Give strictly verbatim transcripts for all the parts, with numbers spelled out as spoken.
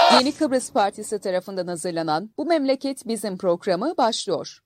Yeni Kıbrıs Partisi tarafından hazırlanan Bu Memleket Bizim programı başlıyor.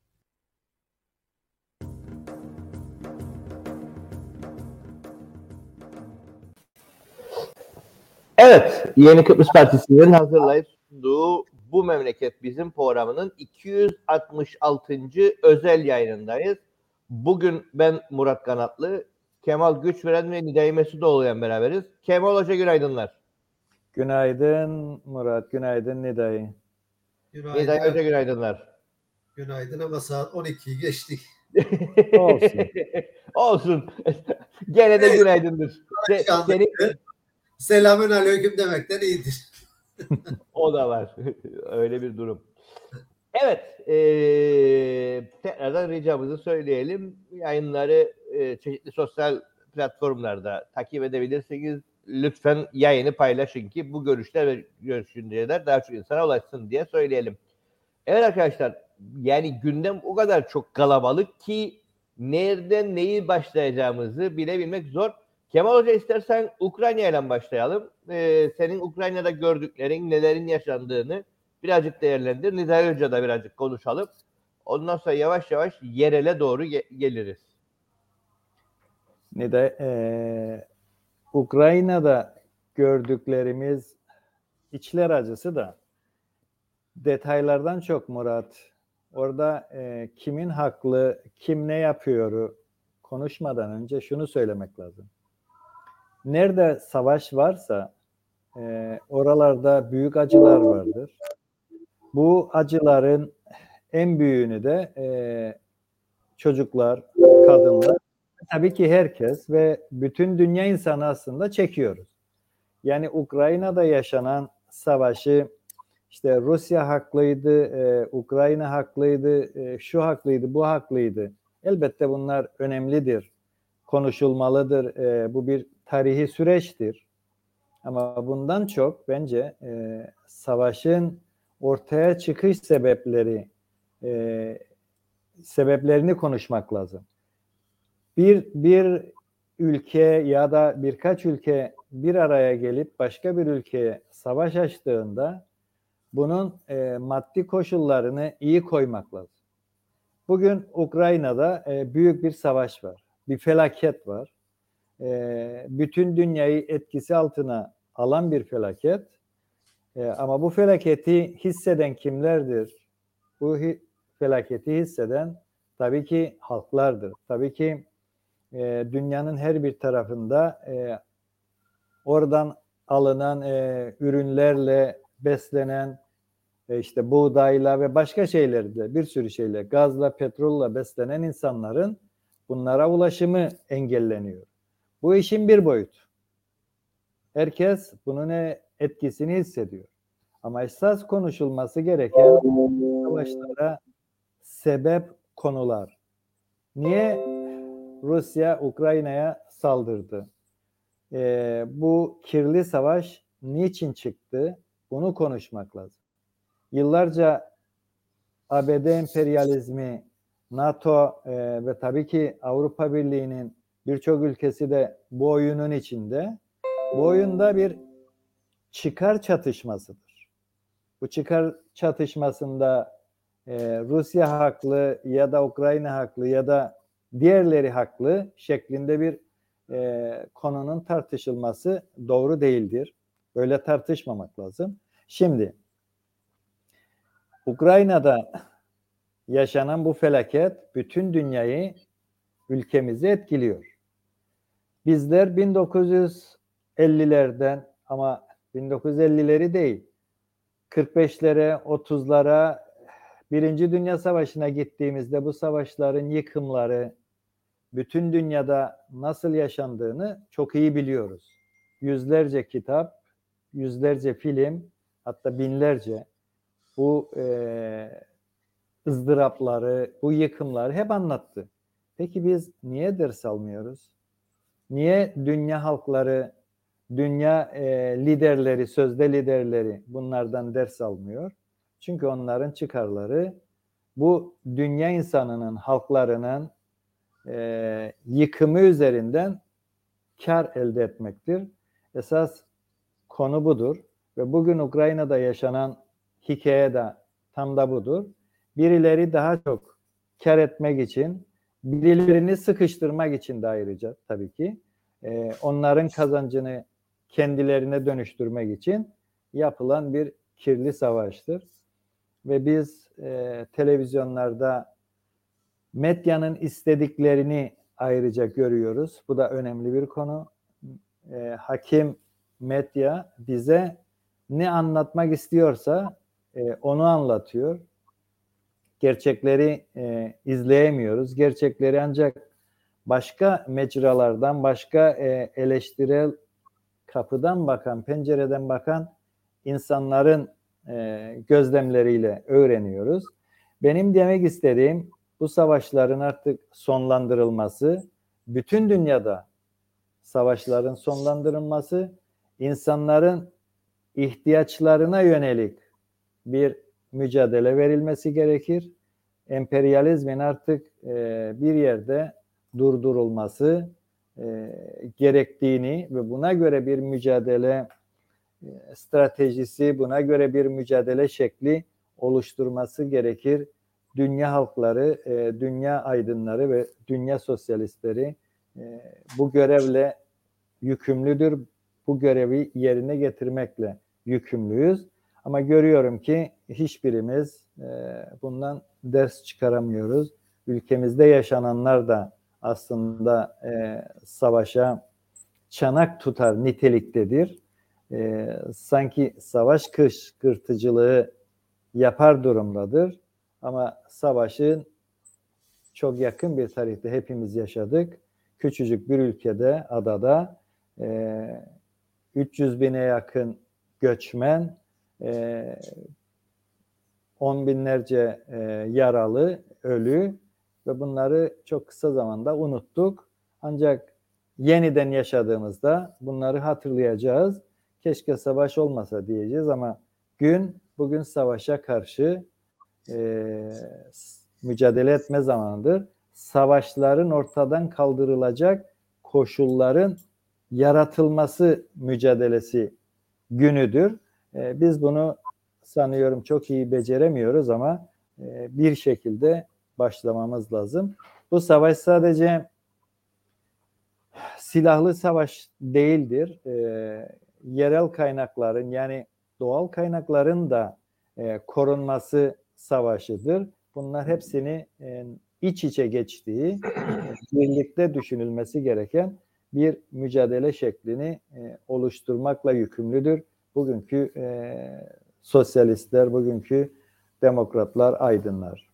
Evet, Yeni Kıbrıs Partisi'nin hazırlayıp sunduğu Bu Memleket Bizim programının iki yüz altmış altıncı özel yayınındayız. Bugün ben Murat Kanatlı, Kemal Güçveren ve Nidai Mesudoğlu'yla beraberiz. Kemal Hoca günaydınlar. Günaydın Murat, günaydın Nidai. Günaydın. Nidai Hoca günaydınlar. Günaydın ama saat on ikiyi geçtik. Olsun. Olsun. Gene de günaydındır. Se, seni... Selamün aleyküm demekten iyidir. O da var. Öyle bir durum. Evet. Ee, tekrardan ricamızı söyleyelim. Yayınları e, çeşitli sosyal platformlarda takip edebilirsiniz. Lütfen yayını paylaşın ki bu görüşler ve görüşünceler daha çok insana ulaşsın diye söyleyelim. Evet arkadaşlar, yani gündem o kadar çok kalabalık ki nereden neyi başlayacağımızı bilebilmek zor. Kemal Hoca, istersen Ukrayna ile başlayalım. Ee, senin Ukrayna'da gördüklerin, nelerin yaşandığını birazcık değerlendir. Nidai Hoca da birazcık konuşalım. Ondan sonra yavaş yavaş yerele doğru ge- geliriz. Nidai, e, Ukrayna'da gördüklerimiz içler acısı da detaylardan çok Murat. Orada e, kimin haklı, kim ne yapıyor konuşmadan önce şunu söylemek lazım. Nerede savaş varsa e, oralarda büyük acılar vardır. Bu acıların en büyüğünü de e, çocuklar, kadınlar, tabii ki herkes ve bütün dünya insanı aslında çekiyoruz. Yani Ukrayna'da yaşanan savaşı işte Rusya haklıydı, e, Ukrayna haklıydı, e, şu haklıydı, bu haklıydı. Elbette bunlar önemlidir, konuşulmalıdır. E, bu bir tarihi süreçtir. Ama bundan çok bence e, savaşın ortaya çıkış sebepleri, e, sebeplerini konuşmak lazım. Bir, bir ülke ya da birkaç ülke bir araya gelip başka bir ülkeye savaş açtığında bunun e, maddi koşullarını iyi koymak lazım. Bugün Ukrayna'da e, büyük bir savaş var, bir felaket var. E, bütün dünyayı etkisi altına alan bir felaket. E, ama bu felaketi hisseden kimlerdir? Bu hi- felaketi hisseden tabii ki halklardır. Tabii ki e, dünyanın her bir tarafında e, oradan alınan e, ürünlerle beslenen, e, işte buğdayla ve başka şeylerle, bir sürü şeyle, gazla, petrolle beslenen insanların bunlara ulaşımı engelleniyor. Bu işin bir boyutu. Herkes bunun etkisini hissediyor. Ama esas konuşulması gereken savaşlara sebep konular. Niye Rusya Ukrayna'ya saldırdı? Ee, bu kirli savaş niçin çıktı? Bunu konuşmak lazım. Yıllarca A B D emperyalizmi, NATO e, ve tabii ki Avrupa Birliği'nin birçok ülkesi de bu oyunun içinde. Bu oyunda bir çıkar çatışmasıdır. Bu çıkar çatışmasında e, Rusya haklı ya da Ukrayna haklı ya da diğerleri haklı şeklinde bir e, konunun tartışılması doğru değildir. Böyle tartışmamak lazım. Şimdi Ukrayna'da yaşanan bu felaket bütün dünyayı, ülkemizi etkiliyor. Bizler bin dokuz yüz ellilerden ama bin dokuz yüz ellileri değil, kırk beşlere, otuzlara, Birinci Dünya Savaşı'na gittiğimizde bu savaşların yıkımları bütün dünyada nasıl yaşandığını çok iyi biliyoruz. Yüzlerce kitap, yüzlerce film, hatta binlerce bu e, ızdırapları, bu yıkımları hep anlattı. Peki biz niye ders almıyoruz? Niye dünya halkları, dünya e, liderleri, sözde liderleri bunlardan ders almıyor? Çünkü onların çıkarları bu dünya insanının, halklarının e, yıkımı üzerinden kar elde etmektir. Esas konu budur. Ve bugün Ukrayna'da yaşanan hikaye de tam da budur. Birileri daha çok kar etmek için, birilerini sıkıştırmak için de ayrıca tabii ki e, onların kazancını kendilerine dönüştürmek için yapılan bir kirli savaştır. Ve biz e, televizyonlarda medyanın istediklerini ayrıca görüyoruz. Bu da önemli bir konu. E, hakim medya bize ne anlatmak istiyorsa e, onu anlatıyor. Gerçekleri e, izleyemiyoruz. Gerçekleri ancak başka mecralardan, başka e, eleştirel kapıdan bakan, pencereden bakan insanların e, gözlemleriyle öğreniyoruz. Benim demek istediğim bu savaşların artık sonlandırılması, bütün dünyada savaşların sonlandırılması, insanların ihtiyaçlarına yönelik bir mücadele verilmesi gerekir. Emperyalizmin artık e, bir yerde durdurulması e, gerektiğini ve buna göre bir mücadele e, stratejisi, buna göre bir mücadele şekli oluşturması gerekir. Dünya halkları, e, dünya aydınları ve dünya sosyalistleri e, bu görevle yükümlüdür. Bu görevi yerine getirmekle yükümlüyüz. Ama görüyorum ki hiçbirimiz e, bundan ders çıkaramıyoruz. Ülkemizde yaşananlar da aslında e, savaşa çanak tutar niteliktedir. E, sanki savaş kışkırtıcılığı yapar durumdadır. Ama savaşın çok yakın bir tarihte hepimiz yaşadık. Küçücük bir ülkede, adada e, üç yüz bine yakın göçmen, e, on binlerce e, yaralı, ölü ve bunları çok kısa zamanda unuttuk. Ancak yeniden yaşadığımızda bunları hatırlayacağız. Keşke savaş olmasa diyeceğiz ama gün bugün savaşa karşı e, mücadele etme zamanıdır. Savaşların ortadan kaldırılacak koşulların yaratılması mücadelesi günüdür. E, biz bunu sanıyorum çok iyi beceremiyoruz ama e, bir şekilde başlamamız lazım. Bu savaş sadece silahlı savaş değildir. E, yerel kaynakların yani doğal kaynakların da e, korunması savaşıdır. Bunlar hepsini e, iç içe geçtiği, birlikte düşünülmesi gereken bir mücadele şeklini e, oluşturmakla yükümlüdür. Bugünkü e, sosyalistler, bugünkü demokratlar, aydınlar.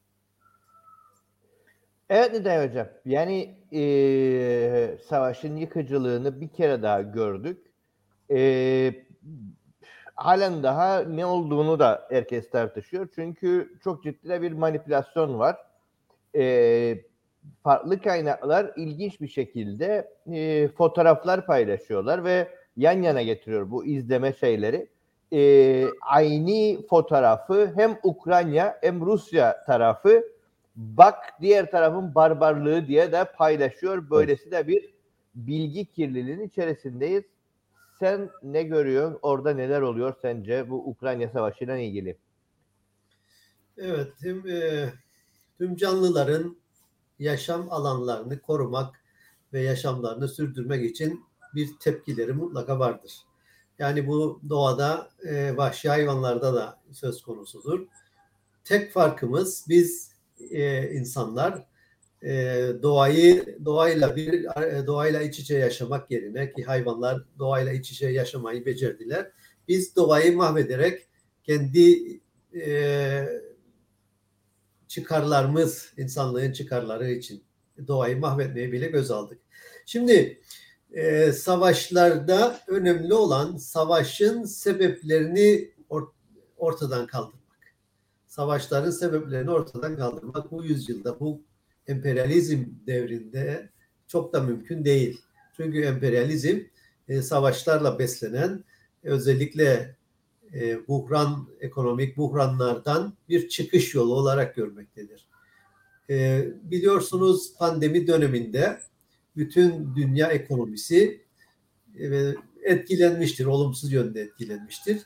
Evet Niday Hocam. Yani e, savaşın yıkıcılığını bir kere daha gördük. E, halen daha ne olduğunu da herkes tartışıyor. Çünkü çok ciddi de bir manipülasyon var. E, farklı kaynaklar ilginç bir şekilde e, fotoğraflar paylaşıyorlar ve yan yana getiriyor bu izleme şeyleri. E, aynı fotoğrafı hem Ukrayna hem Rusya tarafı bak diğer tarafın barbarlığı diye de paylaşıyor. Böylesi de bir bilgi kirliliğinin içerisindeyiz. Sen ne görüyorsun? Orada neler oluyor sence bu Ukrayna Savaşı'yla ilgili? Evet, tüm, e, tüm canlıların yaşam alanlarını korumak ve yaşamlarını sürdürmek için bir tepkileri mutlaka vardır. Yani bu doğada, e, vahşi hayvanlarda da söz konusudur. Tek farkımız biz e, insanlar e, doğayı doğayla bir doğayla iç içe yaşamak yerine ki hayvanlar doğayla iç içe yaşamayı becerdiler. Biz doğayı mahvederek kendi e, çıkarlarımız, insanlığın çıkarları için doğayı mahvetmeyi bile göz aldık. Şimdi e, savaşlarda önemli olan savaşın sebeplerini or- ortadan kaldırmak. Savaşların sebeplerini ortadan kaldırmak bu yüzyılda, bu emperyalizm devrinde çok da mümkün değil. Çünkü emperyalizm e, savaşlarla beslenen, özellikle e, buhran, ekonomik buhranlardan bir çıkış yolu olarak görmektedir. E, biliyorsunuz pandemi döneminde bütün dünya ekonomisi e, etkilenmiştir, olumsuz yönde etkilenmiştir.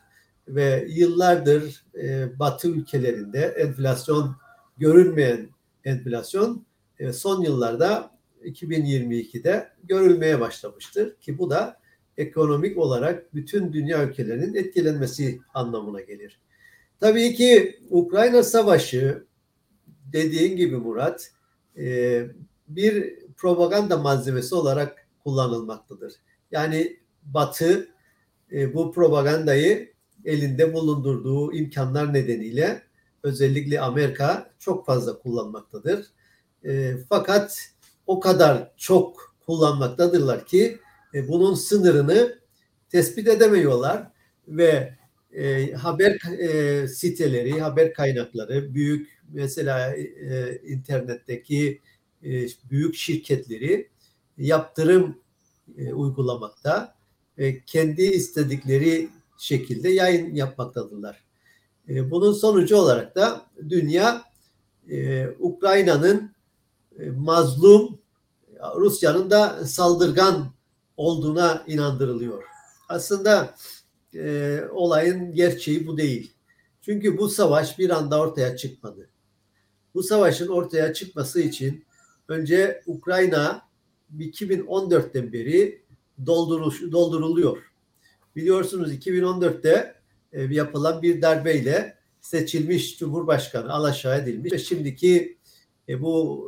ve yıllardır e, Batı ülkelerinde enflasyon, görülmeyen enflasyon e, son yıllarda iki bin yirmi ikide görülmeye başlamıştır ki bu da ekonomik olarak bütün dünya ülkelerinin etkilenmesi anlamına gelir. Tabii ki Ukrayna Savaşı dediğin gibi Murat e, bir propaganda malzemesi olarak kullanılmaktadır. Yani Batı e, bu propagandayı elinde bulundurduğu imkanlar nedeniyle özellikle Amerika çok fazla kullanmaktadır. E, fakat o kadar çok kullanmaktadırlar ki e, bunun sınırını tespit edemiyorlar ve e, haber e, siteleri, haber kaynakları, büyük mesela e, internetteki e, büyük şirketleri yaptırım e, uygulamakta ve kendi istedikleri şekilde yayın yapmaktadırlar. E, bunun sonucu olarak da dünya e, Ukrayna'nın e, mazlum, Rusya'nın da saldırgan olduğuna inandırılıyor. Aslında e, olayın gerçeği bu değil. Çünkü bu savaş bir anda ortaya çıkmadı. Bu savaşın ortaya çıkması için önce Ukrayna iki bin on dörtten beri dolduruluyor. Biliyorsunuz iki bin on dörtte e, yapılan bir darbeyle seçilmiş Cumhurbaşkanı alaşağı edilmiş ve şimdiki e, bu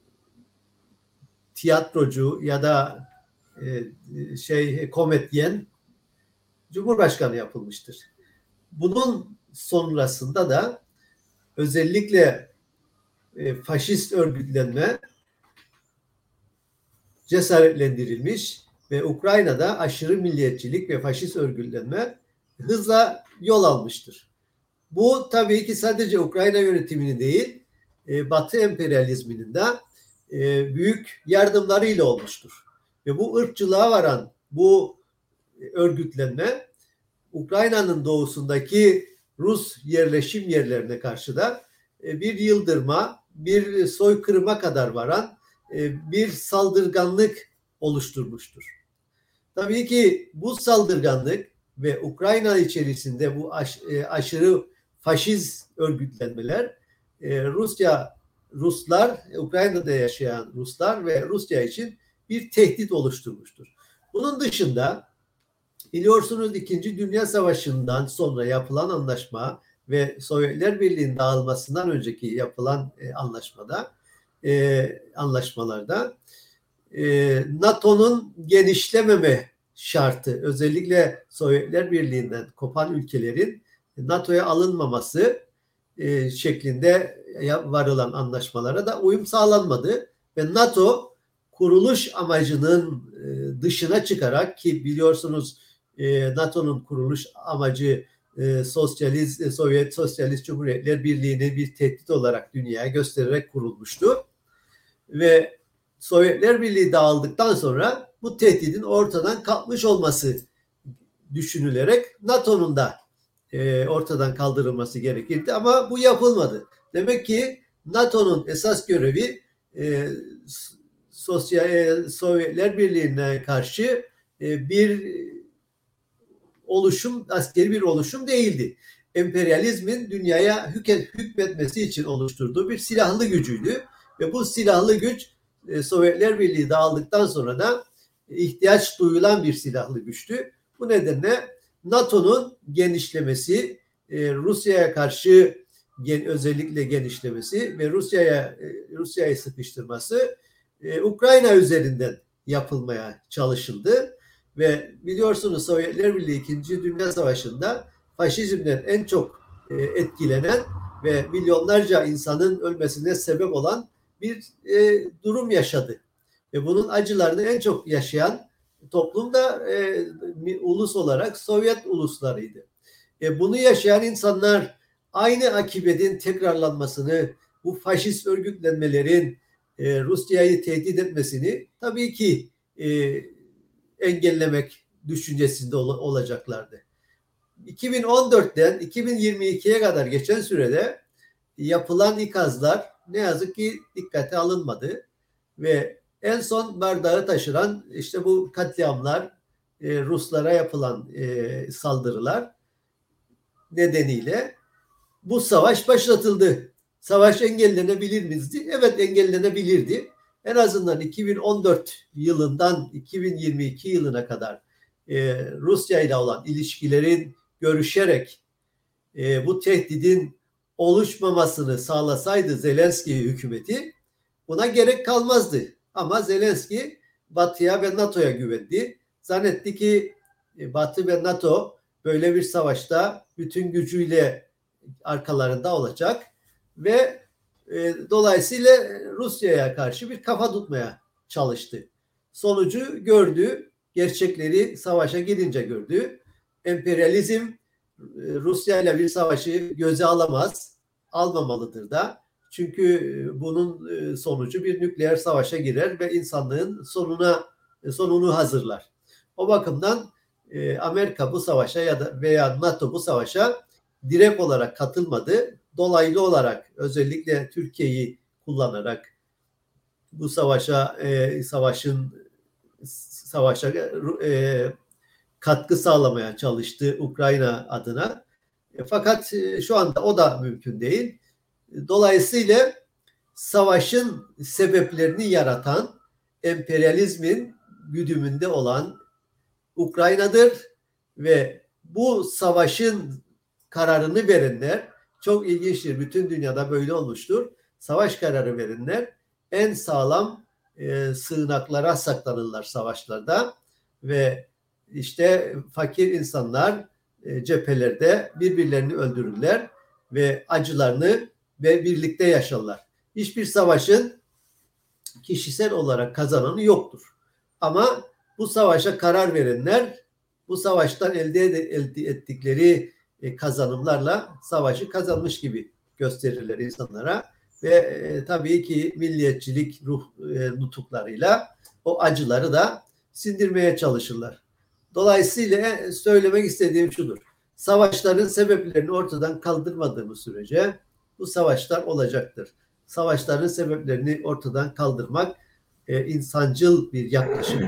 tiyatrocu ya da e, şey komedyen Cumhurbaşkanı yapılmıştır. Bunun sonrasında da özellikle e, faşist örgütlenme cesaretlendirilmiş ve Ukrayna'da aşırı milliyetçilik ve faşist örgütlenme hızla yol almıştır. Bu tabii ki sadece Ukrayna yönetimini değil, e, Batı emperyalizminin de e, büyük yardımlarıyla olmuştur. Ve bu ırkçılığa varan bu örgütlenme Ukrayna'nın doğusundaki Rus yerleşim yerlerine karşı da e, bir yıldırma, bir soykırıma kadar varan e, bir saldırganlık oluşturmuştur. Tabii ki bu saldırganlık ve Ukrayna içerisinde bu aş, e, aşırı faşist örgütlenmeler e, Rusya, Ruslar, Ukrayna'da yaşayan Ruslar ve Rusya için bir tehdit oluşturmuştur. Bunun dışında biliyorsunuz İkinci Dünya Savaşı'ndan sonra yapılan anlaşma ve Sovyetler Birliği'nin dağılmasından önceki yapılan e, anlaşmada, e, anlaşmalarda e, NATO'nun genişlememe şartı, özellikle Sovyetler Birliği'nden kopan ülkelerin NATO'ya alınmaması e, şeklinde varılan anlaşmalara da uyum sağlanmadı ve NATO kuruluş amacının e, dışına çıkarak, ki biliyorsunuz e, NATO'nun kuruluş amacı e, sosyalist, e, Sovyet Sosyalist Cumhuriyetler Birliği'ni bir tehdit olarak dünyaya göstererek kurulmuştu. Ve Sovyetler Birliği dağıldıktan sonra bu tehdidin ortadan kalkmış olması düşünülerek NATO'nun da e, ortadan kaldırılması gerekirdi ama bu yapılmadı. Demek ki NATO'nun esas görevi e, Sosyal e, Sovyetler Birliği'ne karşı e, bir oluşum, askeri bir oluşum değildi. Emperyalizmin dünyaya hükmetmesi için oluşturduğu bir silahlı gücüydü ve bu silahlı güç e, Sovyetler Birliği dağıldıktan sonra da ihtiyaç duyulan bir silahlı güçtü. Bu nedenle NATO'nun genişlemesi, e, Rusya'ya karşı gen, özellikle genişlemesi ve Rusya'ya e, Rusya'yı sıkıştırması e, Ukrayna üzerinden yapılmaya çalışıldı. Ve biliyorsunuz Sovyetler Birliği İkinci Dünya Savaşı'nda faşizmden en çok e, etkilenen ve milyonlarca insanın ölmesine sebep olan bir e, durum yaşadı. Ve bunun acılarını en çok yaşayan toplum da e, ulus olarak Sovyet uluslarıydı. E, bunu yaşayan insanlar aynı akibetin tekrarlanmasını, bu faşist örgütlenmelerin e, Rusya'yı tehdit etmesini tabii ki e, engellemek düşüncesinde ol- olacaklardı. iki bin on dörtten iki bin yirmi ikiye kadar geçen sürede yapılan ikazlar ne yazık ki dikkate alınmadı ve en son bardağı taşıran işte bu katliamlar, e, Ruslara yapılan e, saldırılar nedeniyle bu savaş başlatıldı. Savaş engellenebilir miydi? Evet, engellenebilirdi. En azından iki bin on dört yılından iki bin yirmi iki yılına kadar e, Rusya ile olan ilişkilerin görüşerek e, bu tehdidin oluşmamasını sağlasaydı Zelenski hükümeti, buna gerek kalmazdı. Ama Zelenski Batı'ya ve NATO'ya güvendi. Zannetti ki e, Batı ve NATO böyle bir savaşta bütün gücüyle arkalarında olacak ve e, dolayısıyla Rusya'ya karşı bir kafa tutmaya çalıştı. Sonucu gördü, gerçekleri savaşa gidince gördü. Emperyalizm e, Rusya ile bir savaşı göze alamaz, almamalıdır da. Çünkü bunun e, sonucu bir nükleer savaşa girer ve insanlığın sonuna e, sonunu hazırlar. O bakımdan e, Amerika bu savaşa ya da veya NATO bu savaşa direkt olarak katılmadı. Dolaylı olarak özellikle Türkiye'yi kullanarak bu savaşa e, savaşın savaşa e, katkı sağlamaya çalıştı Ukrayna adına. E, fakat e, şu anda o da mümkün değil. Dolayısıyla savaşın sebeplerini yaratan emperyalizmin güdümünde olan Ukrayna'dır ve bu savaşın kararını verenler, çok ilginçtir, bütün dünyada böyle olmuştur. Savaş kararı verenler en sağlam e, sığınaklara saklanırlar savaşlarda ve işte fakir insanlar e, cephelerde birbirlerini öldürürler ve acılarını ve birlikte yaşarlar. Hiçbir savaşın kişisel olarak kazananı yoktur. Ama bu savaşa karar verenler bu savaştan elde, elde ettikleri kazanımlarla savaşı kazanmış gibi gösterirler insanlara ve e, tabii ki milliyetçilik ruh e, nutuklarıyla o acıları da sindirmeye çalışırlar. Dolayısıyla söylemek istediğim şudur. Savaşların sebeplerini ortadan kaldırmadığımız sürece bu savaşlar olacaktır. Savaşların sebeplerini ortadan kaldırmak e, insancıl bir yaklaşım.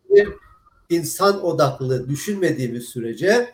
İnsan odaklı düşünmediğimiz sürece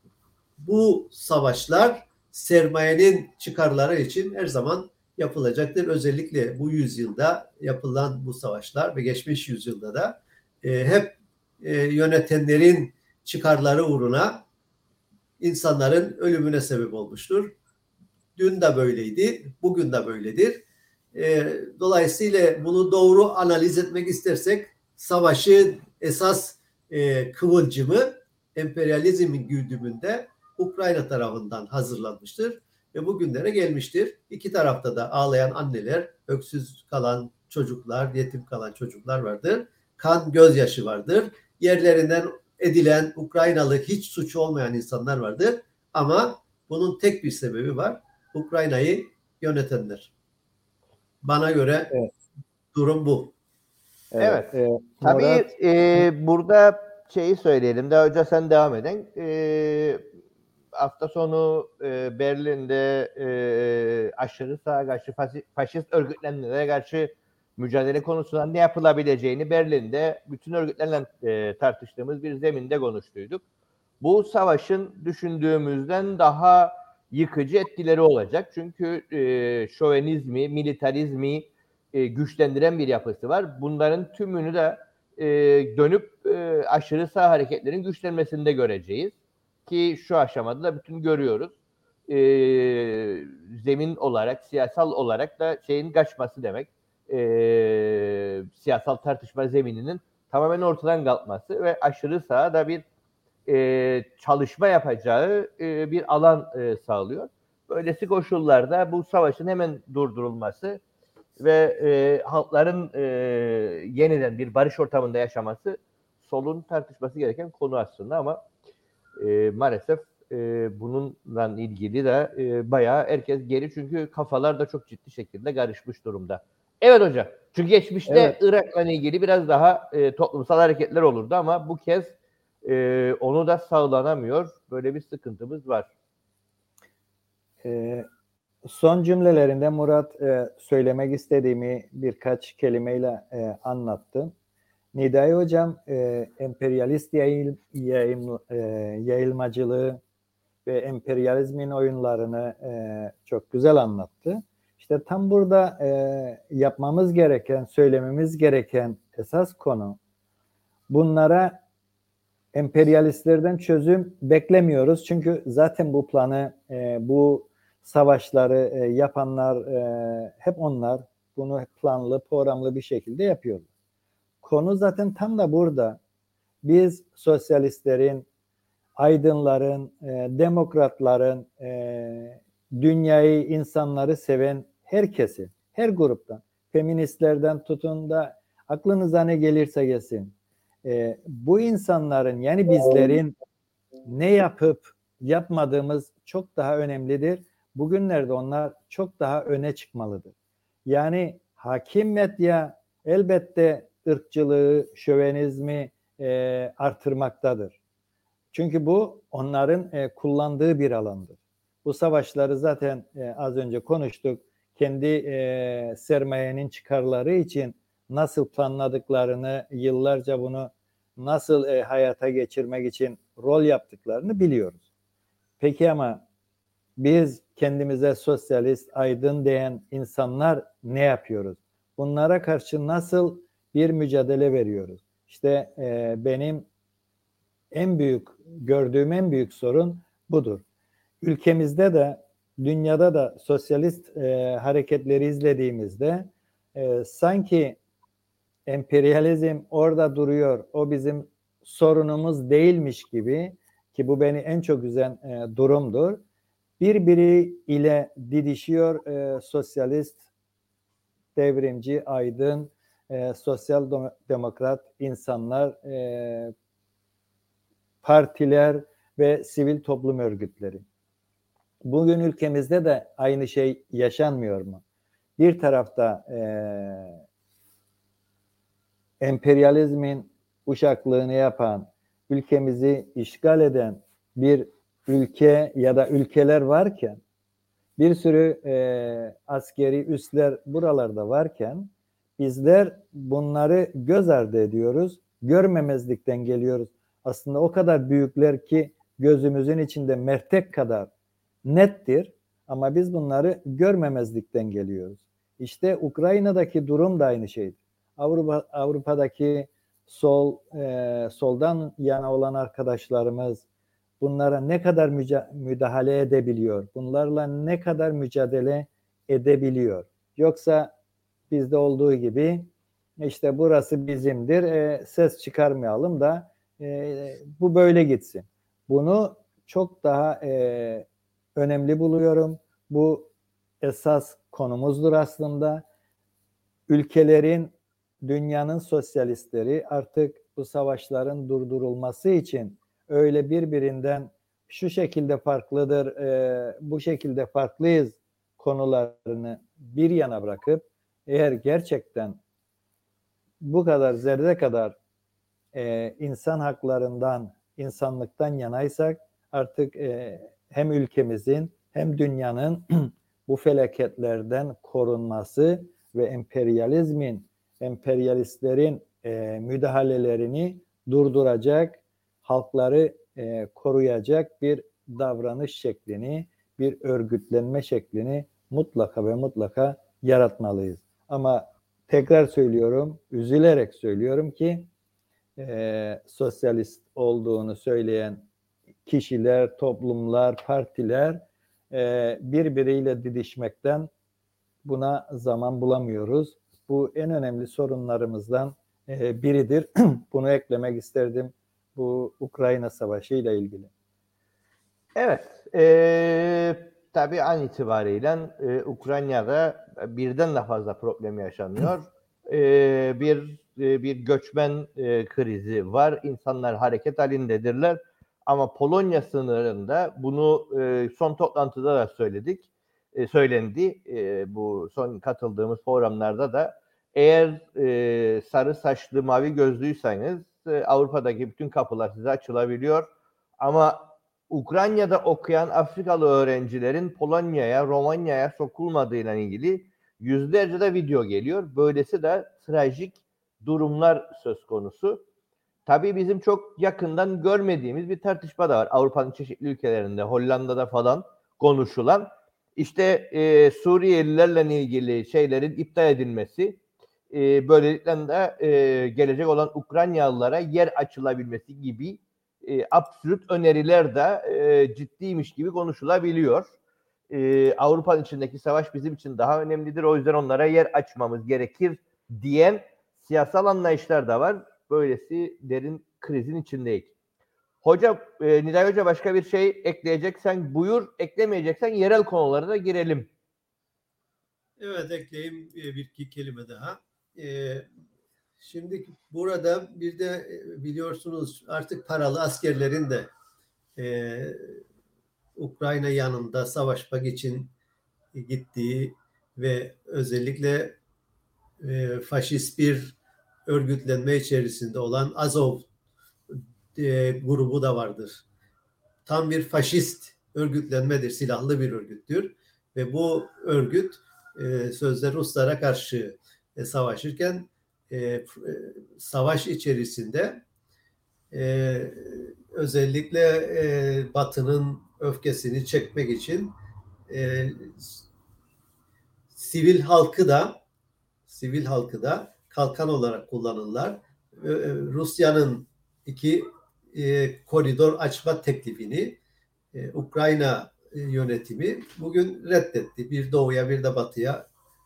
bu savaşlar sermayenin çıkarları için her zaman yapılacaktır. Özellikle bu yüzyılda yapılan bu savaşlar ve geçmiş yüzyılda da e, hep e, yönetenlerin çıkarları uğruna insanların ölümüne sebep olmuştur. Dün de böyleydi, bugün de böyledir. E, dolayısıyla bunu doğru analiz etmek istersek savaşın esas e, kıvılcımı emperyalizmin güdümünde Ukrayna tarafından hazırlanmıştır ve bugünlere gelmiştir. İki tarafta da ağlayan anneler, öksüz kalan çocuklar, yetim kalan çocuklar vardır. Kan, gözyaşı vardır. Yerlerinden edilen Ukraynalı hiç suçu olmayan insanlar vardır. Ama bunun tek bir sebebi var. Ukrayna'yı yönetenler. Bana göre evet. Durum bu. Evet. evet. E, Tabii Murat... e, burada şeyi söyleyelim. Daha önce sen devam edin. E, hafta sonu e, Berlin'de e, aşırı sağa karşı faşist, faşist örgütlenmelere karşı mücadele konusunda ne yapılabileceğini Berlin'de bütün örgütlerle e, tartıştığımız bir zeminde konuştuyduk. Bu savaşın düşündüğümüzden daha yıkıcı etkileri olacak. Çünkü e, şovenizmi, militarizmi e, güçlendiren bir yapısı var. Bunların tümünü de e, dönüp e, aşırı sağ hareketlerin güçlenmesinde göreceğiz. Ki şu aşamada da bütün görüyoruz. E, zemin olarak, siyasal olarak da şeyin kaçması demek. E, siyasal tartışma zemininin tamamen ortadan kalkması ve aşırı sağa da bir e, çalışma yapacağı e, bir alan e, sağlıyor. Böylesi koşullarda bu savaşın hemen durdurulması ve e, halkların e, yeniden bir barış ortamında yaşaması solun tartışması gereken konu aslında ama e, maalesef e, bununla ilgili de e, bayağı herkes geri çünkü kafalar da çok ciddi şekilde karışmış durumda. Evet hocam. Çünkü geçmişte evet. Irak'la ilgili biraz daha e, toplumsal hareketler olurdu ama bu kez e, onu da sağlanamıyor. Böyle bir sıkıntımız var. E, son cümlelerinde Murat e, söylemek istediğimi birkaç kelimeyle e, anlattı. Nidai Hocam e, emperyalist yayıl, yayıl, e, yayılmacılığı ve ve emperyalizmin oyunlarını e, çok güzel anlattı. İşte tam burada e, yapmamız gereken, söylememiz gereken esas konu, bunlara emperyalistlerden çözüm beklemiyoruz. Çünkü zaten bu planı, e, bu savaşları e, yapanlar e, hep onlar. Bunu planlı, programlı bir şekilde yapıyorlar. Konu zaten tam da burada. Biz sosyalistlerin, aydınların, e, demokratların, e, dünyayı, insanları seven herkesi, her gruptan, feministlerden tutun da aklınıza ne gelirse gelsin. E, bu insanların, yani bizlerin ne yapıp yapmadığımız çok daha önemlidir. Bugünlerde onlar çok daha öne çıkmalıdır. Yani hakim medya elbette ırkçılığı, şövenizmi e, artırmaktadır. Çünkü bu onların e, kullandığı bir alandır. Bu savaşları zaten e, az önce konuştuk. Kendi e, sermayenin çıkarları için nasıl planladıklarını, yıllarca bunu nasıl e, hayata geçirmek için rol yaptıklarını biliyoruz. Peki ama biz kendimize sosyalist, aydın diyen insanlar ne yapıyoruz? Bunlara karşı nasıl bir mücadele veriyoruz? İşte e, benim en büyük, gördüğüm en büyük sorun budur. Ülkemizde de, dünyada da sosyalist e, hareketleri izlediğimizde e, sanki emperyalizm orada duruyor, o bizim sorunumuz değilmiş gibi, ki bu beni en çok üzen e, durumdur. Birbiri ile didişiyor e, sosyalist, devrimci, aydın, e, sosyal demokrat insanlar, e, partiler ve sivil toplum örgütleri. Bugün ülkemizde de aynı şey yaşanmıyor mu? Bir tarafta e, emperyalizmin uşaklığını yapan, ülkemizi işgal eden bir ülke ya da ülkeler varken, bir sürü e, askeri üsler buralarda varken, bizler bunları göz ardı ediyoruz, görmemezlikten geliyoruz. Aslında o kadar büyükler ki gözümüzün içinde mertek kadar nettir, ama biz bunları görmemezlikten geliyoruz. İşte Ukrayna'daki durum da aynı şeydir. Avrupa, Avrupa'daki sol e, soldan yana olan arkadaşlarımız bunlara ne kadar müca- müdahale edebiliyor? Bunlarla ne kadar mücadele edebiliyor? Yoksa bizde olduğu gibi işte burası bizimdir, e, ses çıkarmayalım da e, bu böyle gitsin. Bunu çok daha e, önemli buluyorum. Bu esas konumuzdur aslında. Ülkelerin, dünyanın sosyalistleri artık bu savaşların durdurulması için öyle birbirinden şu şekilde farklıdır, e, bu şekilde farklıyız konularını bir yana bırakıp, eğer gerçekten bu kadar zerre kadar e, insan haklarından, insanlıktan yanaysak, artık e, hem ülkemizin hem dünyanın bu felaketlerden korunması ve emperyalizmin, emperyalistlerin e, müdahalelerini durduracak, halkları e, koruyacak bir davranış şeklini, bir örgütlenme şeklini mutlaka ve mutlaka yaratmalıyız. Ama tekrar söylüyorum, üzülerek söylüyorum ki e, sosyalist olduğunu söyleyen kişiler, toplumlar, partiler e, birbiriyle didişmekten buna zaman bulamıyoruz. Bu en önemli sorunlarımızdan e, biridir. Bunu eklemek isterdim bu Ukrayna Savaşı ile ilgili. Evet, e, tabii an itibariyle e, Ukrayna'da birden de fazla problem yaşanıyor. E, bir e, bir göçmen e, krizi var. İnsanlar hareket halindedirler. Ama Polonya sınırında bunu e, son toplantıda da söyledik. E, söylendi. E, bu son katıldığımız programlarda da eğer e, sarı saçlı, mavi gözlüyseniz e, Avrupa'daki bütün kapılar size açılabiliyor. Ama Ukrayna'da okuyan Afrikalı öğrencilerin Polonya'ya, Romanya'ya sokulmadığıyla ilgili yüzlerce de video geliyor. Böylesi de trajik durumlar söz konusu. tabii bizim çok yakından görmediğimiz bir tartışma da var. Avrupa'nın çeşitli ülkelerinde, Hollanda'da falan konuşulan işte e, Suriyelilerle ilgili şeylerin iptal edilmesi, e, böylelikle de e, gelecek olan Ukraynalılara yer açılabilmesi gibi e, absürt öneriler de e, ciddiymiş gibi konuşulabiliyor. E, Avrupa'nın içindeki savaş bizim için daha önemlidir. O yüzden onlara yer açmamız gerekir diyen siyasal anlayışlar da var. Böylesi derin krizin içindeyiz. Hocam, e, Nilay Hoca başka bir şey ekleyeceksen buyur, eklemeyeceksen yerel konulara da girelim. Evet, ekleyeyim bir iki kelime daha. Ee, şimdi burada bir de biliyorsunuz artık paralı askerlerin de e, Ukrayna yanında savaşmak için gittiği ve özellikle e, faşist bir örgütlenme içerisinde olan Azov e, grubu da vardır. Tam bir faşist örgütlenmedir, silahlı bir örgüttür ve bu örgüt e, sözde Ruslara karşı e, savaşırken e, savaş içerisinde e, özellikle e, Batı'nın öfkesini çekmek için e, sivil halkı da sivil halkı da kalkan olarak kullanırlar. E, Rusya'nın iki e, koridor açma teklifini e, Ukrayna e, yönetimi bugün reddetti. Bir doğuya bir de batıya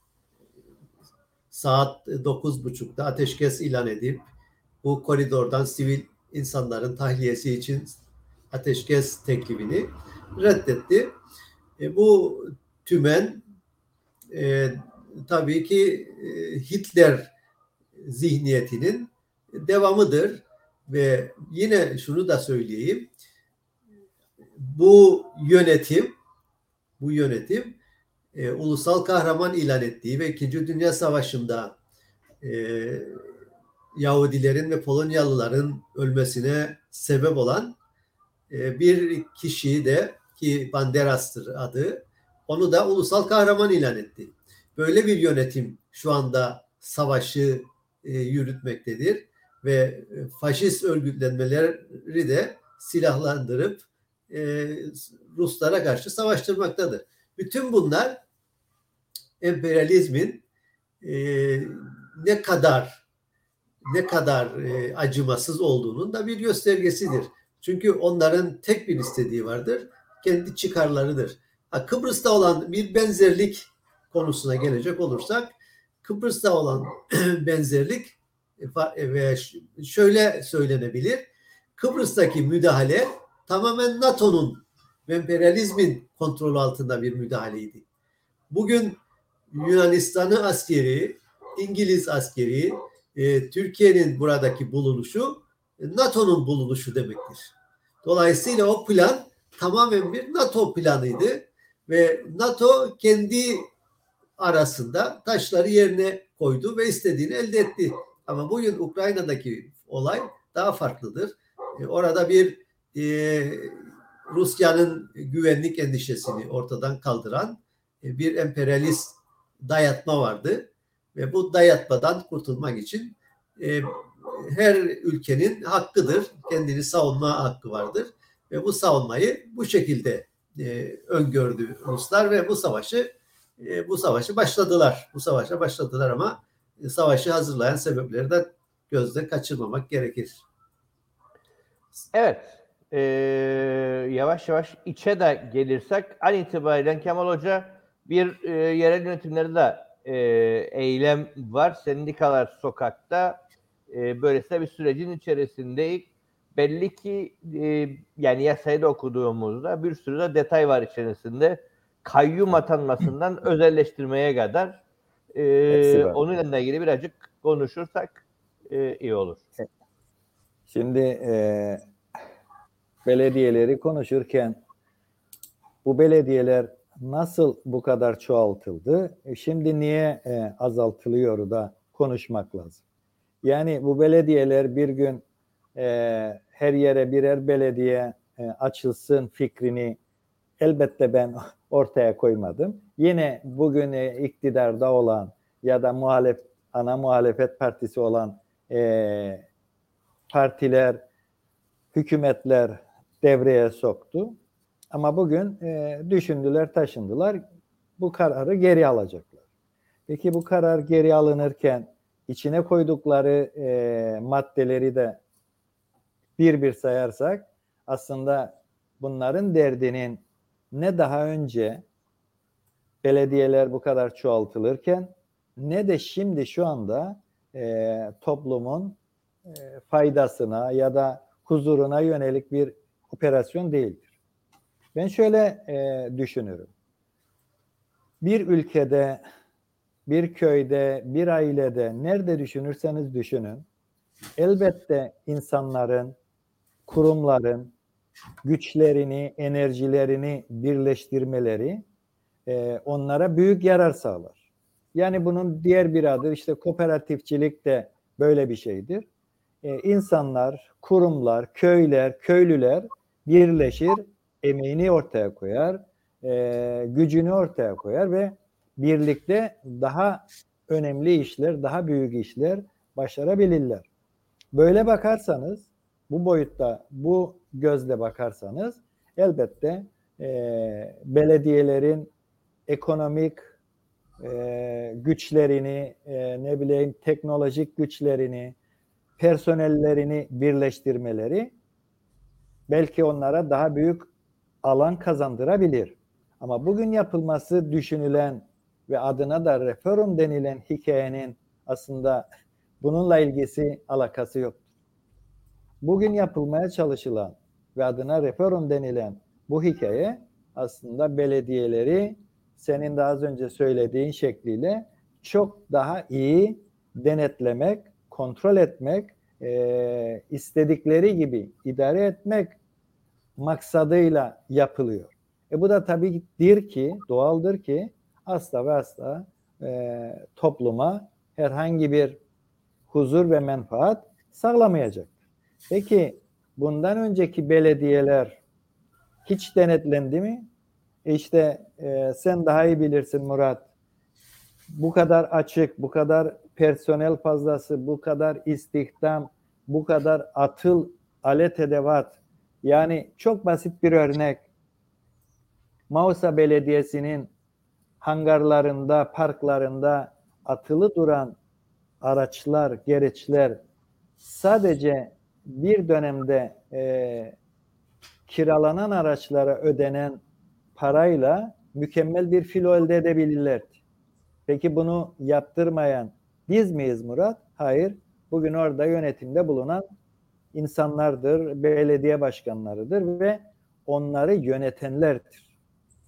saat dokuz buçukta ateşkes ilan edip bu koridordan sivil insanların tahliyesi için ateşkes teklifini reddetti. E, bu tümen e, tabii ki e, Hitler zihniyetinin devamıdır ve yine şunu da söyleyeyim. Bu yönetim bu yönetim e, ulusal kahraman ilan ettiği ve İkinci Dünya Savaşı'nda e, Yahudilerin ve Polonyalıların ölmesine sebep olan e, bir kişiyi de, ki Banderas'tır adı, onu da ulusal kahraman ilan etti. Böyle bir yönetim şu anda savaşı e, yürütmektedir ve faşist örgütlenmeleri de silahlandırıp e, Ruslara karşı savaştırmaktadır. Bütün bunlar emperyalizmin e, ne kadar ne kadar e, acımasız olduğunun da bir göstergesidir. Çünkü onların tek bir istediği vardır, kendi çıkarlarıdır. Ha, Kıbrıs'ta olan bir benzerlik konusuna gelecek olursak, Kıbrıs'ta olan benzerlik ve şöyle söylenebilir. Kıbrıs'taki müdahale tamamen NATO'nun ve emperyalizmin kontrolü altında bir müdahaleydi. Bugün Yunanistan'ı askeri, İngiliz askeri, e, Türkiye'nin buradaki bulunuşu NATO'nun bulunuşu demektir. Dolayısıyla o plan tamamen bir NATO planıydı ve NATO kendi arasında taşları yerine koydu ve istediğini elde etti. Ama bugün Ukrayna'daki olay daha farklıdır. E, orada bir e, Rusya'nın güvenlik endişesini ortadan kaldıran e, bir emperyalist dayatma vardı ve bu dayatmadan kurtulmak için e, her ülkenin hakkıdır, kendini savunma hakkı vardır ve bu savunmayı bu şekilde e, öngördü Ruslar ve bu savaşı e, bu savaşı başladılar. Bu savaşa başladılar ama e, savaşı hazırlayan sebepleri de gözden kaçırmamak gerekir. Evet. Ee, yavaş yavaş içe de gelirsek an itibariyle Kemal Hoca bir e, yerel yönetimlerde de e, eylem var. Sendikalar sokakta. E, böylesine bir sürecin içerisindeyiz. Belli ki e, yani yasayı da okuduğumuzda bir sürü de detay var içerisinde. Kayyum atanmasından özelleştirmeye kadar e, onunla ilgili birazcık konuşursak e, iyi olur. Şimdi e, belediyeleri konuşurken bu belediyeler nasıl bu kadar çoğaltıldı? E, şimdi niye e, azaltılıyor da konuşmak lazım. Yani bu belediyeler bir gün e, her yere birer belediye e, açılsın fikrini elbette ben ortaya koymadım. Yine bugün e, iktidarda olan ya da muhalef ana muhalefet partisi olan e, partiler, hükümetler devreye soktu. Ama bugün e, düşündüler, taşındılar. Bu kararı geri alacaklar. Peki bu karar geri alınırken içine koydukları e, maddeleri de bir bir sayarsak aslında bunların derdinin ne daha önce belediyeler bu kadar çoğaltılırken ne de şimdi şu anda e, toplumun e, faydasına ya da huzuruna yönelik bir operasyon değildir. Ben şöyle e, düşünürüm. Bir ülkede, bir köyde, bir ailede nerede düşünürseniz düşünün, elbette insanların, kurumların güçlerini, enerjilerini birleştirmeleri e, onlara büyük yarar sağlar. Yani bunun diğer bir adı işte kooperatifçilik de böyle bir şeydir. E, insanlar, kurumlar, köyler, köylüler birleşir, emeğini ortaya koyar, e, gücünü ortaya koyar ve birlikte daha önemli işler, daha büyük işler başarabilirler. Böyle bakarsanız, bu boyutta, bu gözle bakarsanız elbette e, belediyelerin ekonomik e, güçlerini, e, ne bileyim teknolojik güçlerini, personellerini birleştirmeleri belki onlara daha büyük alan kazandırabilir. Ama bugün yapılması düşünülen ve adına da reform denilen hikayenin aslında bununla ilgisi, alakası yoktur. Bugün yapılmaya çalışılan ve adına reform denilen bu hikaye aslında belediyeleri senin de az önce söylediğin şekliyle çok daha iyi denetlemek, kontrol etmek, e, istedikleri gibi idare etmek maksadıyla yapılıyor. E bu da tabidir ki, doğaldır ki asla ve asla e, topluma herhangi bir huzur ve menfaat sağlamayacak. Peki bundan önceki belediyeler hiç denetlendi mi? E işte e, sen daha iyi bilirsin Murat. Bu kadar açık, bu kadar personel fazlası, bu kadar istihdam, bu kadar atıl alet edevat. Yani çok basit bir örnek. Mausa Belediyesi'nin hangarlarında, parklarında atılı duran araçlar, gereçler sadece bir dönemde e, kiralanan araçlara ödenen parayla mükemmel bir filo elde edebilirlerdi. Peki bunu yaptırmayan biz miyiz Murat? Hayır. Bugün orada yönetimde bulunan insanlardır, belediye başkanlarıdır ve onları yönetenlerdir.